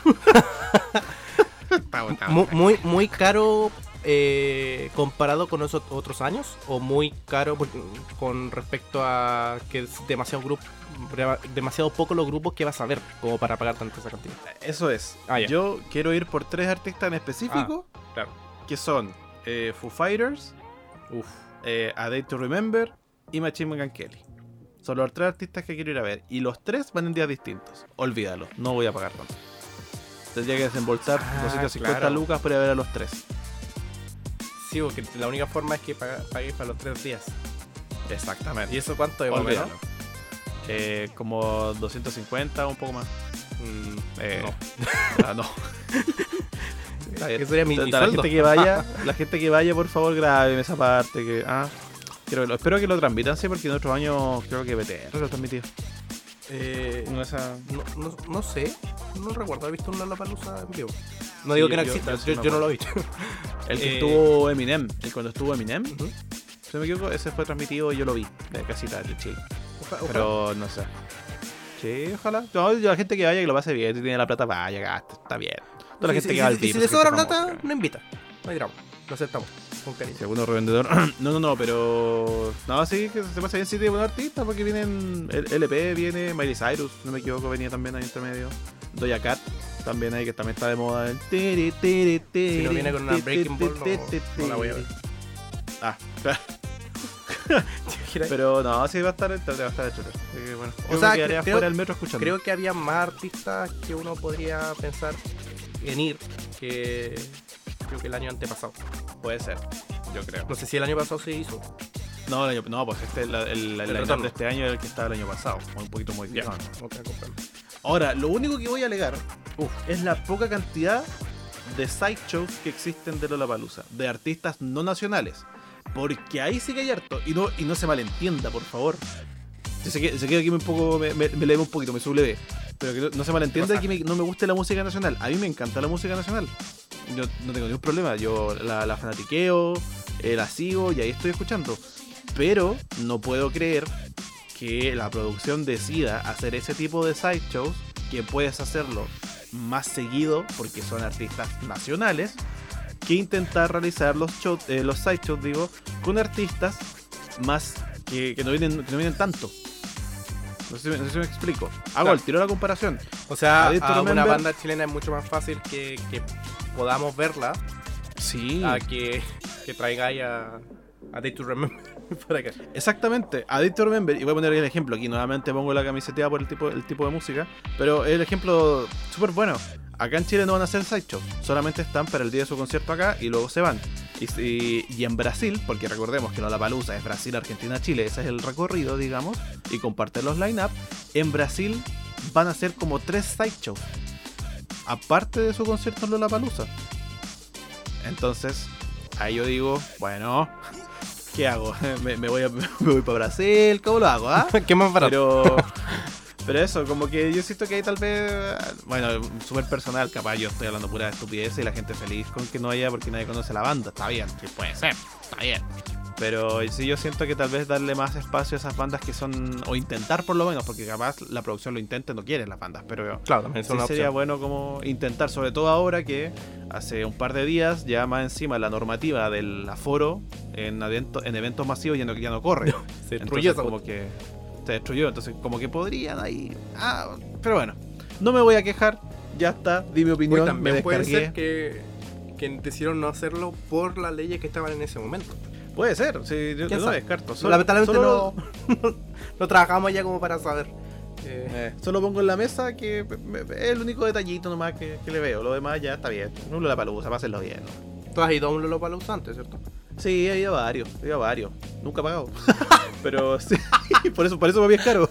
Speaker 1: Mu- Muy, muy caro eh, comparado con esos otros años, o muy caro por- con respecto a que es demasiado grupo, demasiado poco los grupos que vas a ver como para pagar tanta esa cantidad.
Speaker 2: Eso es.
Speaker 1: Ah, ya.
Speaker 2: Yo quiero ir por tres artistas en específico,
Speaker 1: Claro.
Speaker 2: que son eh, Foo Fighters,
Speaker 1: Uf.
Speaker 2: eh, A Day to Remember y Machine Gun Kelly. Son los tres artistas que quiero ir a ver. Y los tres van en días distintos. Olvídalo, no voy a pagar tanto. Tendría que desembolsar
Speaker 1: Ah,
Speaker 2: doscientas cincuenta
Speaker 1: claro.
Speaker 2: lucas para ir a ver a los tres.
Speaker 1: Sí, porque la única forma es que paga- pagues para los tres días.
Speaker 2: Exactamente.
Speaker 1: ¿Y eso cuánto es más o menos?
Speaker 2: Olvídalo. Eh, como doscientos cincuenta o un poco más.
Speaker 1: Mm,
Speaker 2: Eh,
Speaker 1: no.
Speaker 2: ah, no. Está bien.
Speaker 1: Que sería mi, mi
Speaker 2: la
Speaker 1: sueldo.
Speaker 2: gente que vaya, la gente que vaya, por favor, grábeme esa parte. Que, ah, quiero que lo- espero que lo transmitan, sí, porque en otros años creo que B T R lo transmitió.
Speaker 1: Eh,
Speaker 2: No, esa...
Speaker 1: no, no, no sé, no recuerdo haber visto un Lollapalooza en vivo. No digo
Speaker 2: Sí,
Speaker 1: que no
Speaker 2: yo-
Speaker 1: exista,
Speaker 2: yo
Speaker 1: yo,
Speaker 2: sí me
Speaker 1: yo no lo he
Speaker 2: acuerdo.
Speaker 1: visto.
Speaker 2: El que
Speaker 1: Eh,
Speaker 2: estuvo Eminem, el cuando estuvo Eminem,
Speaker 1: Ujú.
Speaker 2: si no me equivoco, ese fue transmitido y yo lo vi, de casita de Chile.
Speaker 1: Oja- ojalá.
Speaker 2: Pero no sé. Sí, ojalá. No, la gente que vaya, que lo pase bien, si tiene la plata, vaya, gasta, está bien. Toda la
Speaker 1: Sí,
Speaker 2: gente
Speaker 1: sí,
Speaker 2: que va al
Speaker 1: sí,
Speaker 2: V I P,
Speaker 1: si le
Speaker 2: esa
Speaker 1: sobra
Speaker 2: gente
Speaker 1: plata,
Speaker 2: famosa.
Speaker 1: no invita. No hay drama. Lo aceptamos. Con cariño.
Speaker 2: Segundo revendedor. No, no, no, pero. No, sí, que se pasa bien si tiene buenos artistas, porque vienen. El L P viene, Miley Cyrus, si no me equivoco, venía también ahí entre medio. Doja Cat también ahí, que también está de moda. El tiri, tiri, tiri,
Speaker 1: Si no viene con una
Speaker 2: tiri,
Speaker 1: Breaking Ball,
Speaker 2: tiri,
Speaker 1: no-
Speaker 2: tiri,
Speaker 1: no la voy a ver.
Speaker 2: Ah, claro. Pero no, sí va a estar, va a estar hecho. Así que, bueno,
Speaker 1: O
Speaker 2: yo
Speaker 1: sea,
Speaker 2: me quedaría
Speaker 1: creo-
Speaker 2: afuera del metro escuchando.
Speaker 1: Creo que había más artistas que uno podría pensar en ir que creo que el año antepasado.
Speaker 2: Puede ser, yo creo.
Speaker 1: No sé si el año pasado se hizo.
Speaker 2: No, el año- no, pues este, la- el, el,
Speaker 1: El
Speaker 2: line-up
Speaker 1: retorno.
Speaker 2: de este año es el que estaba el año pasado, un poquito modificado.
Speaker 1: No te comprendo.
Speaker 2: Ahora, lo único que voy a alegar uf, es la poca cantidad de sideshows que existen de Lollapalooza, de artistas no nacionales. Porque ahí sí que hay harto. Y no, y no se malentienda, por favor. Yo sé que, sé que aquí me, un poco, me, me, me leve un poquito, me subleve. Pero que no, no se malentienda que me- no me guste la música nacional. A mí me encanta la música nacional. Yo no tengo ningún problema. Yo la, la fanatiqueo, eh, la sigo y ahí estoy escuchando. Pero no puedo creer que la producción decida hacer ese tipo de sideshows, que puedes hacerlo más seguido porque son artistas nacionales, que intentar realizar los shows, eh, los sideshows, digo, con artistas más que, que no vienen que no vienen tanto. No sé, si me- no sé si me explico. Hago
Speaker 1: Claro.
Speaker 2: al tiro la comparación.
Speaker 1: O sea,
Speaker 2: Adicto
Speaker 1: a una
Speaker 2: Remember-
Speaker 1: banda chilena es mucho más fácil que, que podamos verla
Speaker 2: Sí.
Speaker 1: a que, que traigáis a, a Day to Remember para acá.
Speaker 2: Exactamente, Addict to Remember, y voy a poner el ejemplo, aquí nuevamente pongo la camiseteada por el tipo, el tipo de música, pero el ejemplo súper bueno. Acá en Chile no van a hacer sideshows, solamente están para el día de su concierto acá y luego se van. Y, y, y en Brasil, porque recordemos que Lollapalooza es Brasil, Argentina, Chile, ese es el recorrido, digamos, y comparten los line-up, en Brasil van a hacer como tres sideshows, aparte de su concierto en Lollapalooza. Entonces, ahí yo digo, bueno, ¿qué hago? ¿Me, me voy, a, me voy para Brasil? ¿Cómo lo hago? ¿Ah?
Speaker 1: ¿Qué más barato?
Speaker 2: Pero, pero eso, como que yo siento que ahí tal vez, bueno, súper personal, capaz yo estoy hablando pura estupidez y la gente feliz con que no haya porque nadie conoce la banda. Está bien, sí puede ser, está bien. Pero sí yo siento que tal vez darle más espacio a esas bandas que son, o intentar por lo menos, porque capaz la producción lo intente, no quieren las bandas, pero
Speaker 1: Claro, también es
Speaker 2: sí
Speaker 1: una
Speaker 2: sería
Speaker 1: opción.
Speaker 2: bueno como intentar, sobre todo ahora que hace un par de días ya más encima la normativa del aforo en, evento- en eventos masivos ya no, ya no corre.
Speaker 1: Se destruyó
Speaker 2: Entonces,
Speaker 1: esa
Speaker 2: como que se destruyó, entonces como que podrían ahí. Ah, pero bueno, no me voy a quejar, ya está, di mi opinión,
Speaker 1: Oye, también
Speaker 2: me
Speaker 1: puede
Speaker 2: descargué.
Speaker 1: ser que, que decidieron no hacerlo por las leyes que estaban en ese momento.
Speaker 2: Puede ser, sí, yo, yo
Speaker 1: ¿Quién
Speaker 2: no
Speaker 1: sabe?
Speaker 2: descarto. Solo,
Speaker 1: Lamentablemente
Speaker 2: solo,
Speaker 1: no, no trabajamos ya como para saber. Eh,
Speaker 2: eh, solo pongo en la mesa que me- me- es el único detallito nomás que, que le veo, lo demás ya está bien. No la palusa, pásenlo bien. ¿no?
Speaker 1: Tú has ido a un Lollapalooza antes, ¿cierto?
Speaker 2: Sí, he ido a varios, he ido a varios. Nunca he pagado. Pero sí, por eso, por eso me es caro.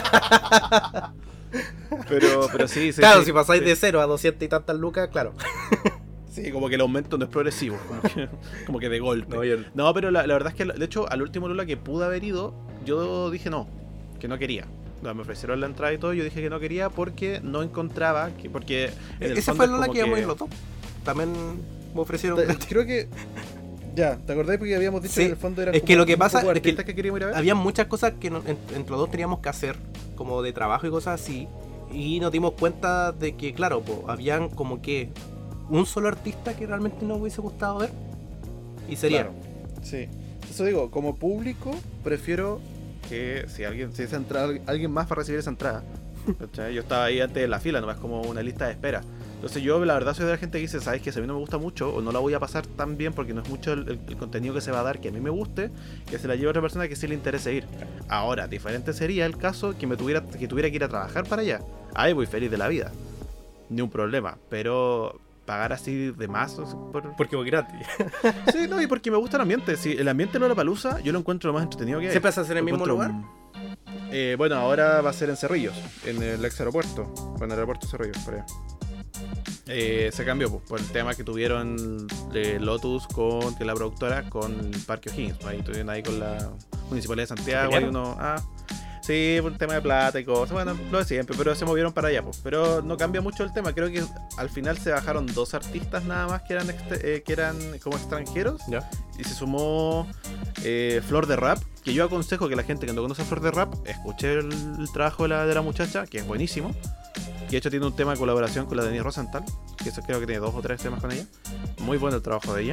Speaker 2: Pero, pero sí, sí.
Speaker 1: Claro,
Speaker 2: sí,
Speaker 1: si pasáis
Speaker 2: sí.
Speaker 1: de cero a doscientas y tantas lucas, claro.
Speaker 2: Sí, como que el aumento no es progresivo, como que, como que de golpe.
Speaker 1: No, yo-
Speaker 2: No, pero la, la verdad es que, de hecho, al último Lola que pude haber ido, yo dije no, que no quería. No, me ofrecieron la entrada y todo, yo dije que no quería porque no encontraba, que, porque... en el
Speaker 1: Ese
Speaker 2: fondo
Speaker 1: fue el
Speaker 2: es
Speaker 1: Lola
Speaker 2: como
Speaker 1: que íbamos a ir los dos. También me ofrecieron.
Speaker 2: Te- Creo que... Ya, ¿te acordás? Porque habíamos dicho
Speaker 1: Sí,
Speaker 2: que en el fondo eran
Speaker 1: es que
Speaker 2: como
Speaker 1: lo que
Speaker 2: un
Speaker 1: pasa
Speaker 2: poco
Speaker 1: es que
Speaker 2: artistas que queríamos ir a ver.
Speaker 1: Había muchas cosas que no- en- entre los dos teníamos que hacer, como de trabajo y cosas así. Y nos dimos cuenta de que, claro, po, habían como que un solo artista que realmente nos hubiese gustado ver. Y sería.
Speaker 2: Claro, sí. Eso digo, como público, prefiero que si alguien, si esa entrada, alguien más va a recibir esa entrada. ¿Cachai? Yo estaba ahí antes de la fila, nomás como una lista de espera. Entonces yo la verdad soy de la gente que dice, sabes que si a mí no me gusta mucho o no la voy a pasar tan bien porque no es mucho el, el- el contenido que se va a dar que a mí me guste, que se la lleve a otra persona que sí le interese ir. Ahora, diferente sería el caso que me tuviera que tuviera que ir a trabajar para allá. Ahí voy feliz de la vida. Ni un problema, pero pagar así de más o sea, por...
Speaker 1: Porque fue gratis.
Speaker 2: Sí, no, y porque me gusta el ambiente. Sí, el ambiente de Lollapalooza yo lo encuentro lo más entretenido que hay.
Speaker 1: ¿Siempre se hace en el
Speaker 2: Lo
Speaker 1: mismo
Speaker 2: encuentro,
Speaker 1: lugar?
Speaker 2: Eh, bueno, ahora va a ser en Cerrillos, en el ex aeropuerto. Bueno, el aeropuerto de Cerrillos, por allá. Eh, se cambió pues, por el tema que tuvieron eh, Lotus con que la productora con el Parque O'Higgins. Ahí estuvieron ahí con la Municipalidad de Santiago. Hay uno, ah, sí, por un tema de plata y cosas. Bueno, lo de siempre, pero se movieron para allá. Pues. Pero no cambia mucho el tema. Creo que al final se bajaron dos artistas nada más que eran, eh, que eran como extranjeros.
Speaker 1: ¿Ya?
Speaker 2: Y se sumó eh, Flor de Rap. Que yo aconsejo que la gente que no conoce a Flor de Rap escuche el, el trabajo de la, de la muchacha, que es buenísimo. Que de hecho tiene un tema de colaboración con la Denise Rosenthal, que eso creo que tiene dos o tres temas con ella. Muy bueno el trabajo de ella.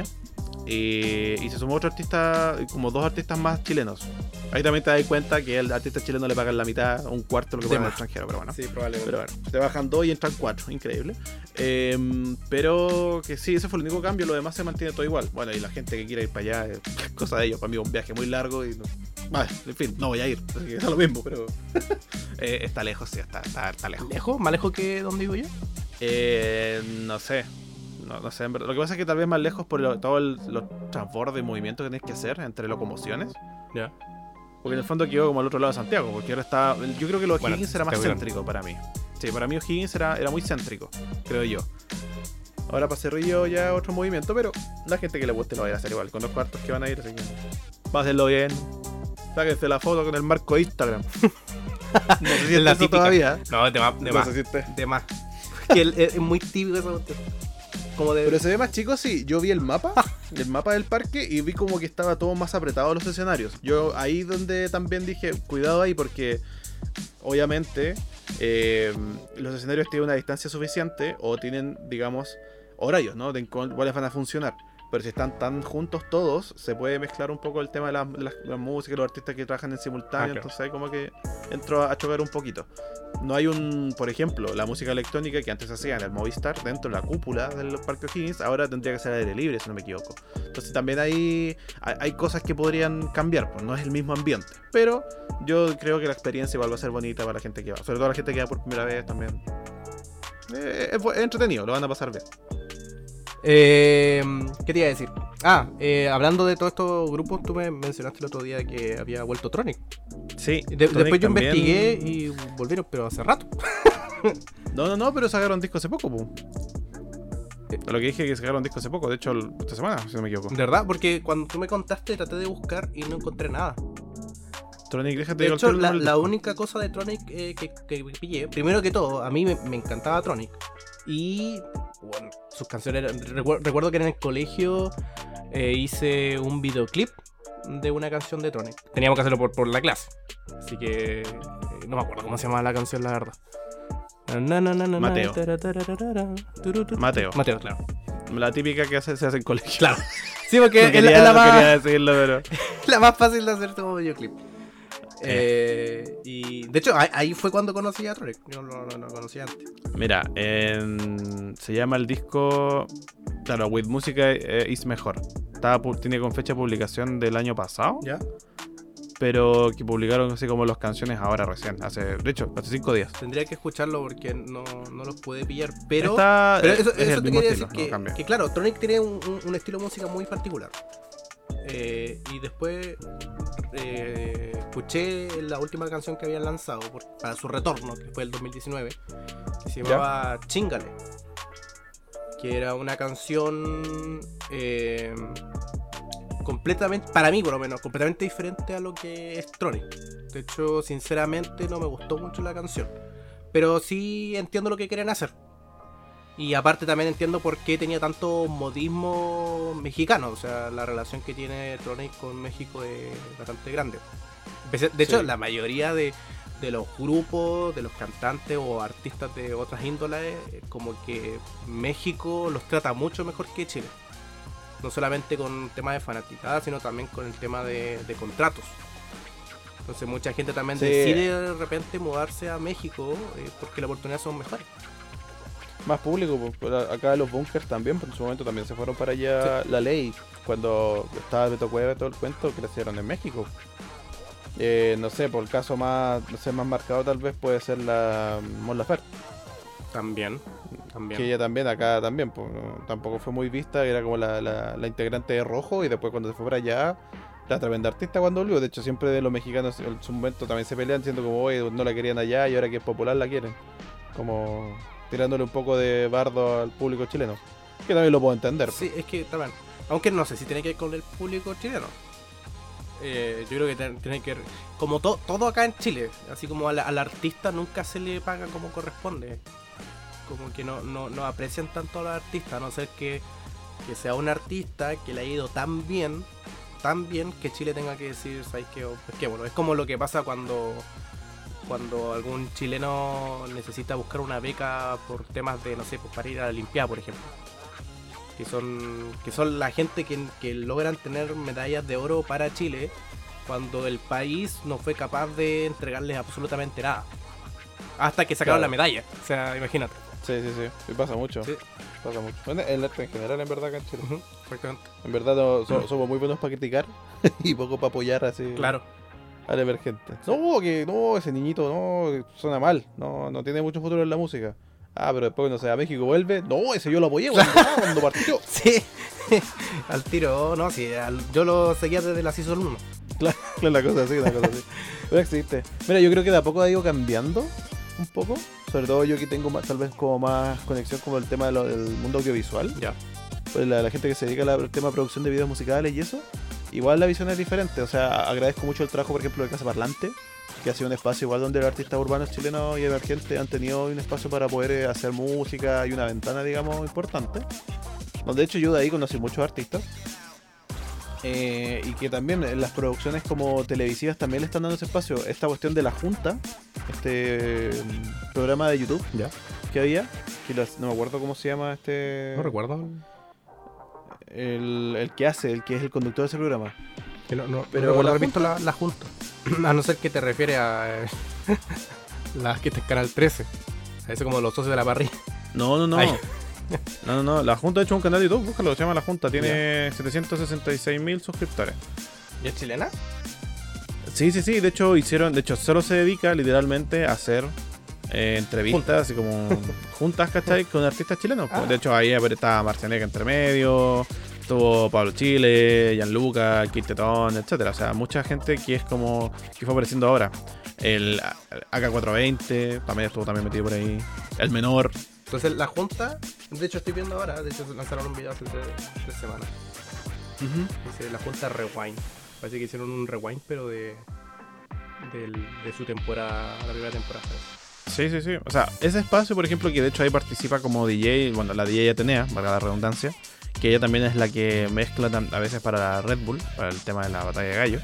Speaker 2: Eh, y se sumó otro artista, como dos artistas más chilenos. Ahí también te das cuenta que al artista chileno le pagan la mitad, un cuarto de lo que pagan al extranjero, pero bueno.
Speaker 1: Sí, probablemente.
Speaker 2: Pero bueno, te bajan dos y entran cuatro, increíble. Eh, pero que sí, ese fue el único cambio, lo demás se mantiene todo igual. Bueno, y la gente que quiera ir para allá, es cosa de ellos. Para mí es un viaje muy largo y no... Vale, en fin, no voy a ir, así que es lo mismo, pero eh, está lejos, sí, está, está, está lejos.
Speaker 1: ¿Lejos? ¿Más lejos que donde vivo yo?
Speaker 2: Eh, no sé, no, no sé, en verdad. Lo que pasa es que tal vez más lejos por lo, todo el, los transbordos y movimientos que tienes que hacer entre locomociones.
Speaker 1: Ya.
Speaker 2: Porque en el fondo quedó como al otro lado de Santiago, porque ahora está... Yo creo que los
Speaker 1: Bueno,
Speaker 2: O'Higgins era más
Speaker 1: está
Speaker 2: céntrico para mí. Sí, para mí O'Higgins era, era muy céntrico, creo yo. Ahora para Cerrillo ya otro movimiento, pero la gente que le guste lo va a ir a hacer igual, con los cuartos que van a ir, así que... Pásenlo bien. Sáquense la foto con el marco de Instagram. No sé si es
Speaker 1: la
Speaker 2: eso
Speaker 1: típica.
Speaker 2: todavía.
Speaker 1: No, de más, de
Speaker 2: No
Speaker 1: más.
Speaker 2: sé si esté.
Speaker 1: De más. Que el- es muy típico eso. Como de...
Speaker 2: Pero se ve más chico, sí. Yo vi el mapa, el mapa del parque, y vi como que estaba todo más apretado los escenarios. Yo ahí donde también dije, cuidado ahí, porque obviamente eh, los escenarios tienen una distancia suficiente o tienen, digamos, horarios, ¿no? De cuáles van a funcionar. Pero si están tan juntos todos, se puede mezclar un poco el tema de la, la, la música y los artistas que trabajan en simultáneo.
Speaker 1: Ah, claro.
Speaker 2: Entonces ahí como que entró a, a chocar un poquito. No hay un, por ejemplo, la música electrónica que antes hacía en el Movistar, dentro de la cúpula del Parque O'Higgins, ahora tendría que ser al aire libre, si no me equivoco. Entonces también hay, hay, hay cosas que podrían cambiar, pues no es el mismo ambiente. Pero yo creo que la experiencia igual va a ser bonita para la gente que va. Sobre todo la gente que va por primera vez también. Eh, es, es entretenido, lo van a pasar bien.
Speaker 1: Eh, ¿Qué te iba a decir? Ah, eh, hablando de todos estos grupos, tú me mencionaste el otro día que había vuelto Tronic.
Speaker 2: Sí.
Speaker 1: De-
Speaker 2: Tronic
Speaker 1: después yo
Speaker 2: también-
Speaker 1: investigué y volvieron, pero hace rato.
Speaker 2: No, no, no, pero sacaron disco hace poco, pu. Lo que dije es que sacaron disco hace poco, de hecho, el- esta semana, si no me equivoco.
Speaker 1: ¿De verdad? Porque cuando tú me contaste traté de buscar y no encontré nada.
Speaker 2: Tronic, déjate
Speaker 1: De
Speaker 2: digo el
Speaker 1: hecho,
Speaker 2: tiro
Speaker 1: la,
Speaker 2: del
Speaker 1: la
Speaker 2: disco.
Speaker 1: única cosa de Tronic eh, que, que pillé, primero que todo, a mí me, me encantaba Tronic. Y bueno, sus canciones, eran- recuer- recuerdo que en el colegio eh, hice un videoclip de una canción de Tronic. Teníamos que hacerlo por, por la clase. Así que eh, no me acuerdo cómo se llamaba la canción, la verdad. Na, na, na, na, na,
Speaker 2: Mateo.
Speaker 1: taratararara, turutut.
Speaker 2: Mateo.
Speaker 1: Mateo, claro.
Speaker 2: La típica que hace, se hace en colegio.
Speaker 1: Claro. Sí, porque
Speaker 2: No
Speaker 1: es,
Speaker 2: quería,
Speaker 1: la, es la
Speaker 2: no
Speaker 1: más,
Speaker 2: quería decirlo, pero...
Speaker 1: la más fácil de hacer como videoclip. Eh, y de hecho, ahí, ahí fue cuando conocí a Tronic. Yo no lo no, conocía antes.
Speaker 2: Mira, en- se llama el disco... Claro, With Música eh, is Mejor. Estaba, pu- tiene con fecha de publicación del año pasado,
Speaker 1: ¿Ya?
Speaker 2: pero que publicaron así como las canciones ahora recién. Hace, de hecho, hace cinco días.
Speaker 1: Tendría que escucharlo porque no, no los pude pillar. Pero,
Speaker 2: Está-
Speaker 1: pero
Speaker 2: es-
Speaker 1: eso,
Speaker 2: es
Speaker 1: eso
Speaker 2: el
Speaker 1: te
Speaker 2: mismo
Speaker 1: quería
Speaker 2: estilo,
Speaker 1: decir
Speaker 2: no
Speaker 1: que,
Speaker 2: cambia.
Speaker 1: que claro, Tronic tiene un, un- un estilo de música muy particular. Eh, y después eh, escuché la última canción que habían lanzado por- para su retorno, que fue el dos mil diecinueve, que se llamaba Chingale. Que era una canción eh, completamente, para mí por lo menos, completamente diferente a lo que es Tronic. De hecho, sinceramente no me gustó mucho la canción. Pero sí entiendo lo que quieren hacer. Y aparte también entiendo por qué tenía tanto modismo mexicano. O sea, la relación que tiene Tronic con México es bastante grande. De hecho,
Speaker 2: Sí.
Speaker 1: la mayoría de, de los grupos, de los cantantes o artistas de otras índoles, eh, como que México los trata mucho mejor que Chile. No solamente con temas de fanaticada, sino también con el tema de, de contratos. Entonces mucha gente también
Speaker 2: Sí.
Speaker 1: decide de repente mudarse a México eh, porque las oportunidades son mejores.
Speaker 2: Más público, pues, por a- acá los bunkers también, pues, en su momento también se fueron para allá. La Ley, cuando estaba Beto Cueva y todo el cuento, crecieron en México. Eh, no sé, por el caso más, no sé, más marcado tal vez puede ser la Mon Laferte,
Speaker 1: También, también.
Speaker 2: que ella también, acá también, pues, no- tampoco fue muy vista, era como la, la, la integrante de Rojo, y después cuando se fue para allá, la tremenda artista cuando volvió. De hecho, siempre de los mexicanos en su momento también se pelean, siendo como, oye, no la querían allá y ahora que es popular la quieren. Como... tirándole un poco de bardo al público chileno. Que también lo puedo entender.
Speaker 1: Sí, es que también. Aunque no sé si tiene que ver con el público chileno. Eh, yo creo que ten- tiene que ver. Como to- todo acá en Chile, así como al, al artista nunca se le paga como corresponde. Como que no, no, no aprecian tanto a los artistas, a no ser que, que sea un artista que le ha ido tan bien, tan bien que Chile tenga que decir, ¿sabes qué? O pesquémoslo. Es como lo que pasa cuando. Cuando algún chileno necesita buscar una beca por temas de, no sé, pues para ir a la Olimpiada, por ejemplo. Que son que son la gente que, que logran tener medallas de oro para Chile cuando el país no fue capaz de entregarles absolutamente nada. Hasta que sacaron
Speaker 2: Claro.
Speaker 1: la medalla. O sea, imagínate.
Speaker 2: Sí, sí, sí. Y pasa mucho.
Speaker 1: Sí.
Speaker 2: Pasa mucho. Bueno, el arte en general, en verdad, acá en Chile.
Speaker 1: Ujú, exactamente.
Speaker 2: En verdad no, so- somos muy buenos para criticar y poco para apoyar así
Speaker 1: Claro.
Speaker 2: al emergente. No, que no, ese niñito no suena mal, no, no tiene mucho futuro en la música. Ah, pero después cuando se va a México vuelve, no, ese yo lo apoyé cuando, ah, cuando partió.
Speaker 1: Sí. Al tiro, no, sí. al- yo lo seguía desde la Season uno.
Speaker 2: Claro, la cosa así, una cosa así. Pero existe. Mira, yo creo que de a poco ha ido cambiando un poco. Sobre todo yo que tengo más, tal vez como más conexión con el tema de lo- del mundo audiovisual.
Speaker 1: Ya.
Speaker 2: Pues la, la gente que se dedica al al tema de producción de videos musicales y eso, igual la visión es diferente. O sea, agradezco mucho el trabajo, por ejemplo, de Casa Parlante, que ha sido un espacio igual donde los artistas urbanos chilenos y emergentes han tenido un espacio para poder eh, hacer música y una ventana, digamos, importante. Donde de hecho yo de ahí conocí muchos artistas. Eh, y que también en las producciones como televisivas también le están dando ese espacio. Esta cuestión de La Junta, este mm, programa de YouTube
Speaker 1: Ya.
Speaker 2: que había, que los- no me acuerdo cómo se llama este...
Speaker 1: No recuerdo.
Speaker 2: El, el que hace, el que es el conductor de ese programa.
Speaker 1: Que no, no,
Speaker 2: Pero
Speaker 1: pero recuerdo
Speaker 2: la
Speaker 1: haber visto la, la junta. A no ser que te refiere a. eh, las que está en Canal trece. A eso como los socios de la parrilla.
Speaker 2: No, no, no.
Speaker 1: Ay.
Speaker 2: No, no, no. La Junta ha hecho un canal de YouTube, búscalo, se llama La Junta. Tiene setecientos sesenta y seis mil suscriptores.
Speaker 1: ¿Y es chilena?
Speaker 2: Sí, sí, sí. De hecho, hicieron, de hecho, solo se dedica literalmente a hacer eh, entrevistas, así como juntas, ¿cachai? Con artistas chilenos.
Speaker 1: Ah.
Speaker 2: De hecho, ahí estaba Marcianeca entre medio, estuvo Pablo Chile, Gianluca, Quintetón, etcétera. O sea, mucha gente que es como que fue apareciendo ahora. El A K cuatrocientos veinte también estuvo también metido por ahí. El Menor.
Speaker 1: Entonces la junta, de hecho estoy viendo ahora, de hecho lanzaron un video hace tres, tres semanas. Dice la junta Rewind. Parece que hicieron un rewind, pero de del- de su temporada, la primera temporada.
Speaker 2: Sí, sí, sí. O sea, ese espacio, por ejemplo, que de hecho ahí participa como D J, bueno, la D J Atenea, valga la redundancia, que ella también es la que mezcla tam- a veces para la Red Bull, para el tema de la batalla de gallos.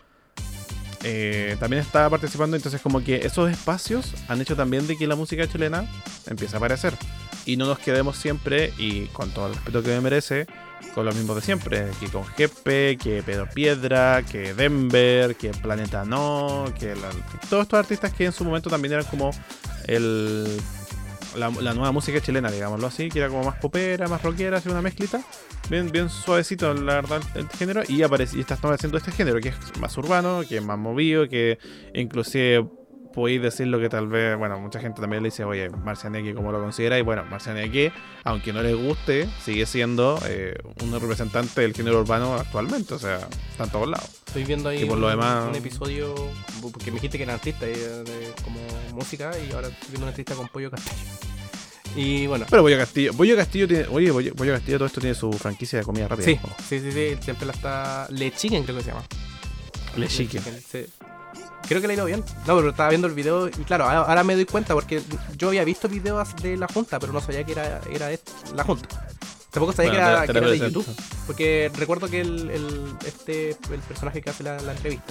Speaker 2: Eh, también está participando, entonces como que esos espacios han hecho también de que la música chilena empiece a aparecer. Y no nos quedemos siempre, y con todo el respeto que me merece, con los mismos de siempre, que con Jepe, que Pedro Piedra, que Denver, que Planeta No, que la- todos estos artistas que en su momento también eran como el la, la nueva música chilena, digámoslo así, que era como más popera, más rockera, así una mezclita, bien, bien suavecito la verdad el género, y aparece, y estás haciendo este género que es más urbano, que es más movido, que inclusive podéis decir lo que tal vez, bueno, mucha gente también le dice, oye, Marcianeque, ¿cómo lo considera? Y bueno, Marcianeque, aunque no les guste, sigue siendo eh, un representante del género urbano actualmente, o sea, está en todos lados.
Speaker 1: Estoy viendo ahí
Speaker 2: Y por
Speaker 1: un,
Speaker 2: lo demás-
Speaker 1: un episodio, porque me dijiste que era artista eh, de, como música, y ahora estoy viendo un artista con Pollo Castillo. Y bueno,
Speaker 2: Pero Pollo Castillo, Pollo Castillo tiene, oye, Pollo, Pollo Castillo todo esto tiene su franquicia de comida rápida.
Speaker 1: sí,
Speaker 2: ojo.
Speaker 1: sí, sí, sí, siempre la está... Le Chicken creo que se llama.
Speaker 2: Le Chicken.
Speaker 1: Sí. Creo que le ha ido bien. No, pero estaba viendo el video y claro, ahora, ahora me doy cuenta porque yo había visto videos de la junta, pero no sabía que era, era est- la junta. Tampoco sabía
Speaker 2: Bueno,
Speaker 1: que era,
Speaker 2: te- te
Speaker 1: que era
Speaker 2: la
Speaker 1: de
Speaker 2: presento.
Speaker 1: YouTube. Porque recuerdo que el, el, este, el personaje que hace la, la entrevista,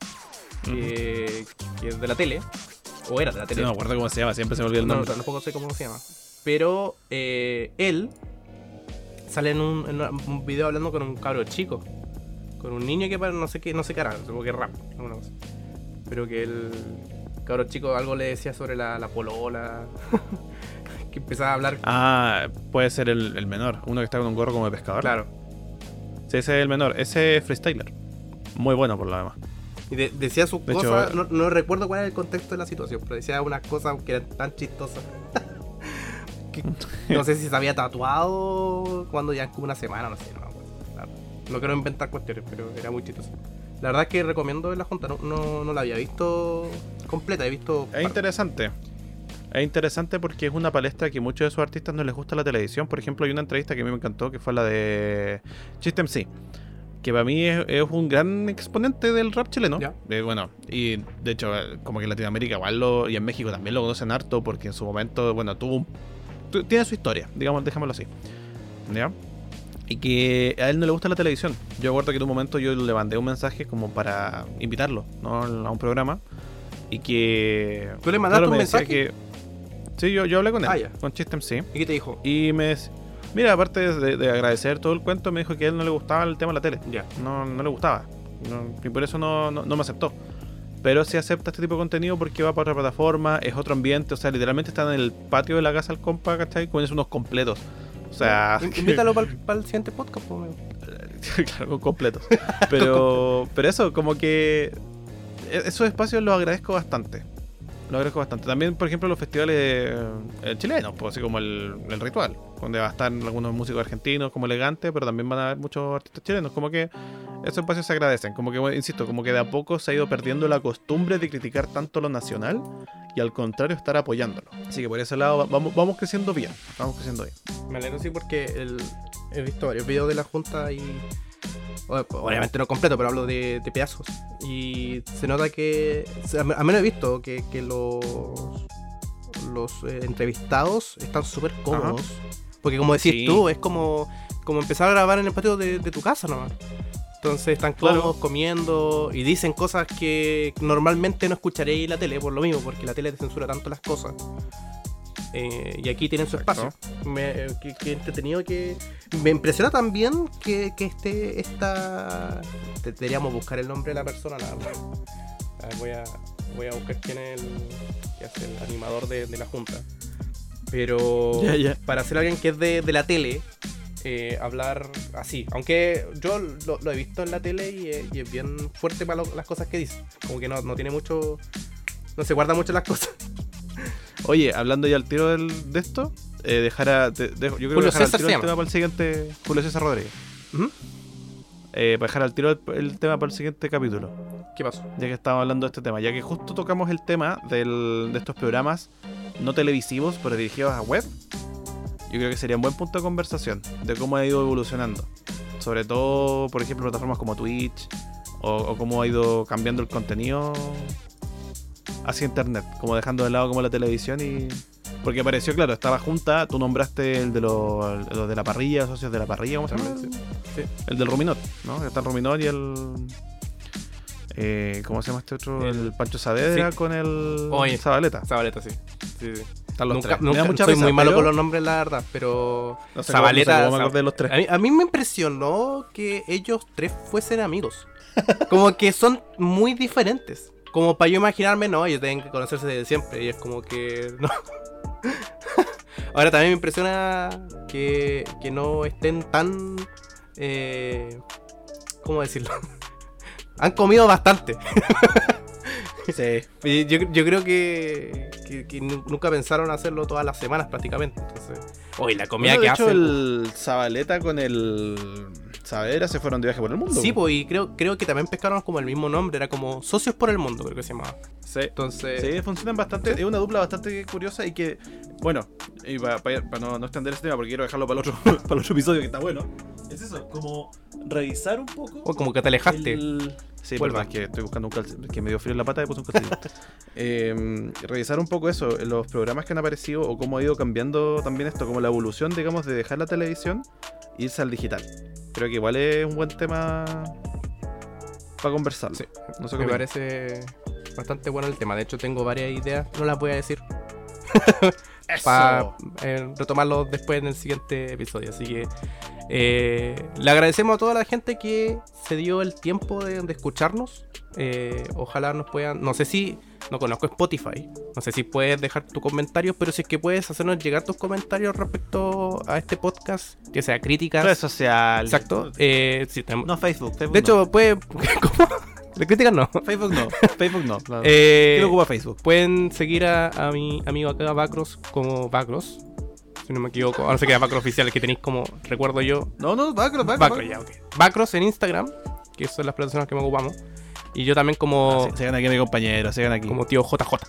Speaker 1: que, que es de la tele, o era de la
Speaker 2: Sí,
Speaker 1: tele.
Speaker 2: no me acuerdo cómo se llama, siempre se me olvida el
Speaker 1: No,
Speaker 2: nombre.
Speaker 1: tampoco sé cómo se llama. Pero eh, él sale en un, en un video hablando con un cabro chico. Con un niño que para- no sé qué, no sé qué era, supongo que es rap, alguna cosa. Pero que el cabro chico algo le decía sobre la, la polola. Que empezaba a hablar.
Speaker 2: Ah, puede ser el, el menor, uno que está con un gorro como de pescador.
Speaker 1: Claro.
Speaker 2: Sí, ese es el menor, ese es freestyler. Muy bueno por lo demás.
Speaker 1: Y de- decía sus
Speaker 2: De hecho,
Speaker 1: cosas, no, no recuerdo cuál era el contexto de la situación, pero decía unas cosas que eran tan chistosas. Que no sé si se había tatuado cuando ya como una semana, no sé, no, me acuerdo. Claro. No quiero inventar cuestiones, pero era muy chistoso. La verdad es que recomiendo ver la junta, no, no, no la había visto completa, he visto...
Speaker 2: Es interesante. Es interesante porque es una palestra que muchos de sus artistas no les gusta la televisión. Por ejemplo, hay una entrevista que a mí me encantó, que fue la de Chiste M C, que para mí es, es un gran exponente del rap chileno. Eh, bueno, y de hecho, como que en Latinoamérica igual lo, y en México también lo conocen harto, porque en su momento, bueno, tuvo un, tu, tiene su historia, digamos, dejémoslo así, ¿ya? Y que a él no le gusta la televisión. Yo recuerdo que en un momento yo le mandé un mensaje como para invitarlo, ¿no?, a un programa, y que...
Speaker 1: ¿Tú le mandaste
Speaker 2: claro,
Speaker 1: un
Speaker 2: me decía
Speaker 1: mensaje?
Speaker 2: que, sí, yo, yo hablé con él,
Speaker 1: ah, ya.
Speaker 2: con Chiste M C.
Speaker 1: ¿Y qué te dijo?
Speaker 2: Y me decía, mira, aparte de, de agradecer todo el cuento, me dijo que a él no le gustaba el tema de la tele.
Speaker 1: Ya.
Speaker 2: No, no le gustaba. No, y por eso no, no, no me aceptó. Pero sí acepta este tipo de contenido porque va para otra plataforma, es otro ambiente. O sea, literalmente está en el patio de la casa del compa, ¿cachai? Con unos completos. O sea...
Speaker 1: Invítalo para el siguiente podcast, pues.
Speaker 2: Claro, con completos. Pero, pero eso, como que... Esos espacios los agradezco bastante. Lo agradezco bastante. También, por ejemplo, los festivales eh, chilenos, pues, así como el, el Ritual, donde va a estar algunos músicos argentinos como Elegante, pero también van a haber muchos artistas chilenos. Como que esos espacios se agradecen. Como que, bueno, insisto, como que de a poco se ha ido perdiendo la costumbre de criticar tanto lo nacional y al contrario estar apoyándolo. Así que por ese lado vamos, vamos creciendo bien. Vamos creciendo bien.
Speaker 1: Me alegro, sí, porque el, he visto varios videos de la Junta y... obviamente no completo, pero hablo de, de pedazos. Y se nota que, a menos he visto que, que los, los eh, entrevistados están súper cómodos. Ajá. Porque como decís sí. tú, es como, como empezar a grabar en el patio de, de tu casa nomás. Entonces están cómodos, claro, comiendo y dicen cosas que normalmente no escucharéis en la tele por lo mismo, porque la tele te censura tanto las cosas. Eh, y aquí tienen su espacio. Me, eh, que, que entretenido que... Me impresiona también que, que este... Esta... Deberíamos buscar el nombre de la persona, la verdad. A ver, voy a, voy a buscar quién es el... que hace el animador de, de la Junta. Pero... Yeah, yeah. Para ser alguien que es de, de la tele... Eh, hablar así. Aunque yo lo, lo he visto en la tele y, eh, y es bien fuerte para lo, las cosas que dice. Como que no, no tiene mucho... No se guarda mucho las cosas.
Speaker 2: Oye, hablando ya al tiro del, de esto, eh, dejar a, de, de, yo creo
Speaker 1: Julio
Speaker 2: que dejar
Speaker 1: César
Speaker 2: al tiro el tema para el siguiente. Julio César Rodríguez.
Speaker 1: ¿Mm?
Speaker 2: Eh, para dejar al tiro el, el tema para el siguiente capítulo.
Speaker 1: ¿Qué pasó?
Speaker 2: Ya que estábamos hablando de este tema, ya que justo tocamos el tema del, de estos programas no televisivos, pero dirigidos a web, yo creo que sería un buen punto de conversación de cómo ha ido evolucionando. Sobre todo, por ejemplo, plataformas como Twitch o, o cómo ha ido cambiando el contenido hacia internet, como dejando de lado como la televisión. Y porque apareció, claro, estaba junta, tú nombraste el de los el de la parrilla, socios de la parrilla, ¿cómo se llama? Sí. Sí. El del Ruminot, ¿no? Está el Ruminot y el eh, ¿cómo se llama este otro? El, el Pancho Saavedra, sí, con el
Speaker 1: Oye,
Speaker 2: Zabaleta.
Speaker 1: Zabaleta, sí. Sí, sí.
Speaker 2: Están los
Speaker 1: nunca,
Speaker 2: tres.
Speaker 1: Nunca,
Speaker 2: me da mucha
Speaker 1: soy
Speaker 2: risa,
Speaker 1: muy malo
Speaker 2: pero...
Speaker 1: con los nombres, la verdad, pero
Speaker 2: no sé
Speaker 1: Zabaleta,
Speaker 2: cómo, no sé cómo me acordé de los tres.
Speaker 1: A mí, a mí me impresionó que ellos tres fuesen amigos. Como que son muy diferentes. Como para yo imaginarme, no, ellos tienen que conocerse desde siempre. Y es como que... no. Ahora también me impresiona que, que no estén tan... Eh, ¿cómo decirlo? Han comido bastante. Sí. Yo, yo creo que, que, que nunca pensaron hacerlo todas las semanas prácticamente. Entonces, oye, la comida
Speaker 2: bueno,
Speaker 1: que
Speaker 2: de hecho,
Speaker 1: hacen...
Speaker 2: el Zabaleta con el Saavedra se fueron de viaje por el mundo.
Speaker 1: Sí, pues, y creo, creo que también pescaron como el mismo nombre, era como Socios por el Mundo, creo que se llamaba.
Speaker 2: Sí,
Speaker 1: entonces...
Speaker 2: sí, funcionan bastante, ¿sí? Es una dupla bastante curiosa y que, bueno, y para, para, para no, no extender este tema porque quiero dejarlo para el otro, para el otro episodio que está bueno, es eso, como revisar un poco...
Speaker 1: O como que te alejaste.
Speaker 2: El... Sí, perdón, es que estoy buscando un calcetín, que me dio frío en la pata y puse un calcetín. eh, revisar un poco eso, los programas que han aparecido o cómo ha ido cambiando también esto, como la evolución, digamos, de dejar la televisión e irse al digital. Creo que igual es un buen tema para conversar.
Speaker 1: Sí,
Speaker 2: no sé
Speaker 1: me
Speaker 2: qué
Speaker 1: parece bastante bueno el tema. De hecho, tengo varias ideas, no las voy a decir.
Speaker 2: Eso.
Speaker 1: Para eh, retomarlo después en el siguiente episodio. Así que eh, le agradecemos a toda la gente que se dio el tiempo de, de escucharnos. Eh, ojalá nos puedan, no sé si, no conozco Spotify, no sé si puedes dejar tus comentarios, pero si es que puedes hacernos llegar tus comentarios respecto a este podcast, que sea críticas,
Speaker 2: redes sociales,
Speaker 1: exacto, eh, sí, tenemos...
Speaker 2: no Facebook, Facebook
Speaker 1: de hecho
Speaker 2: no.
Speaker 1: puede, ¿cómo? ¿De críticas no?
Speaker 2: Facebook no, Facebook no, claro.
Speaker 1: eh,
Speaker 2: ¿Quién ocupa Facebook?
Speaker 1: Pueden seguir a, a mi amigo acá Bacros como Bacros, si no me equivoco, ahora se queda Bacros oficial, que tenéis como, recuerdo yo,
Speaker 2: no, no, Bacros, Bacros,
Speaker 1: Bacros, ya, okay. Bacros en Instagram, que son las plataformas que me ocupamos. Y yo también como...
Speaker 2: Ah, sí, sigan aquí a mi compañero, sigan aquí.
Speaker 1: Como tío J J.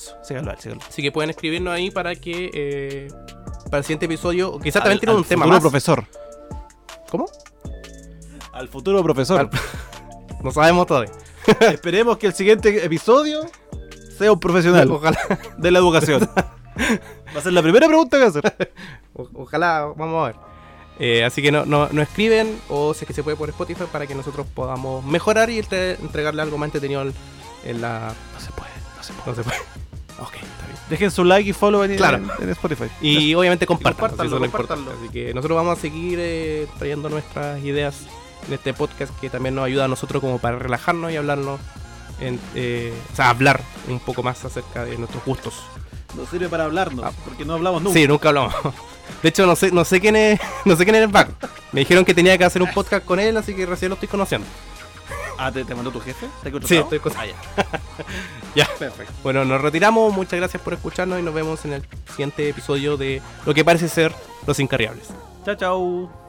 Speaker 2: Eso, síganlo, a él, síganlo.
Speaker 1: Así que pueden escribirnos ahí para que eh, para el siguiente episodio, o quizás también
Speaker 2: Al-
Speaker 1: tienen
Speaker 2: al
Speaker 1: un tema
Speaker 2: futuro
Speaker 1: más.
Speaker 2: profesor.
Speaker 1: ¿Cómo?
Speaker 2: Al futuro profesor.
Speaker 1: Al- No sabemos todavía.
Speaker 2: Esperemos que el siguiente episodio sea un profesional
Speaker 1: Ojalá,
Speaker 2: de la educación. Va a ser la primera pregunta que va a hacer.
Speaker 1: o- ojalá, vamos a ver. Eh, así que no, no, no escriben, o si es que se puede por Spotify, para que nosotros podamos mejorar y entre- entregarle algo más entretenido al- en la...
Speaker 2: No se puede, no se puede.
Speaker 1: No se puede. Ok, está bien.
Speaker 2: Dejen su like y follow en,
Speaker 1: Claro.
Speaker 2: en, en Spotify.
Speaker 1: Y obviamente compartan,
Speaker 2: compártanlo,
Speaker 1: eso es lo importante.
Speaker 2: compártanlo.
Speaker 1: Así que nosotros vamos a seguir eh, trayendo nuestras ideas en este podcast, que también nos ayuda a nosotros como para relajarnos y hablarnos, en, eh, o sea, hablar un poco más acerca de nuestros gustos.
Speaker 2: No sirve para hablarnos,
Speaker 1: Ah.
Speaker 2: porque no hablamos nunca.
Speaker 1: Sí, nunca hablamos. De hecho, no sé, no sé quién es, no sé quién es Paco. Me dijeron que tenía que hacer un podcast con él, así que recién lo estoy conociendo.
Speaker 2: Ah, ¿te, te mandó tu jefe? ¿Te ha
Speaker 1: Sí,
Speaker 2: contratado?
Speaker 1: estoy con...
Speaker 2: Ah, ya.
Speaker 1: Ya.
Speaker 2: Perfecto.
Speaker 1: Bueno, nos retiramos. Muchas gracias por escucharnos y nos vemos en el siguiente episodio de lo que parece ser Los Incarriables.
Speaker 2: Chao, chao.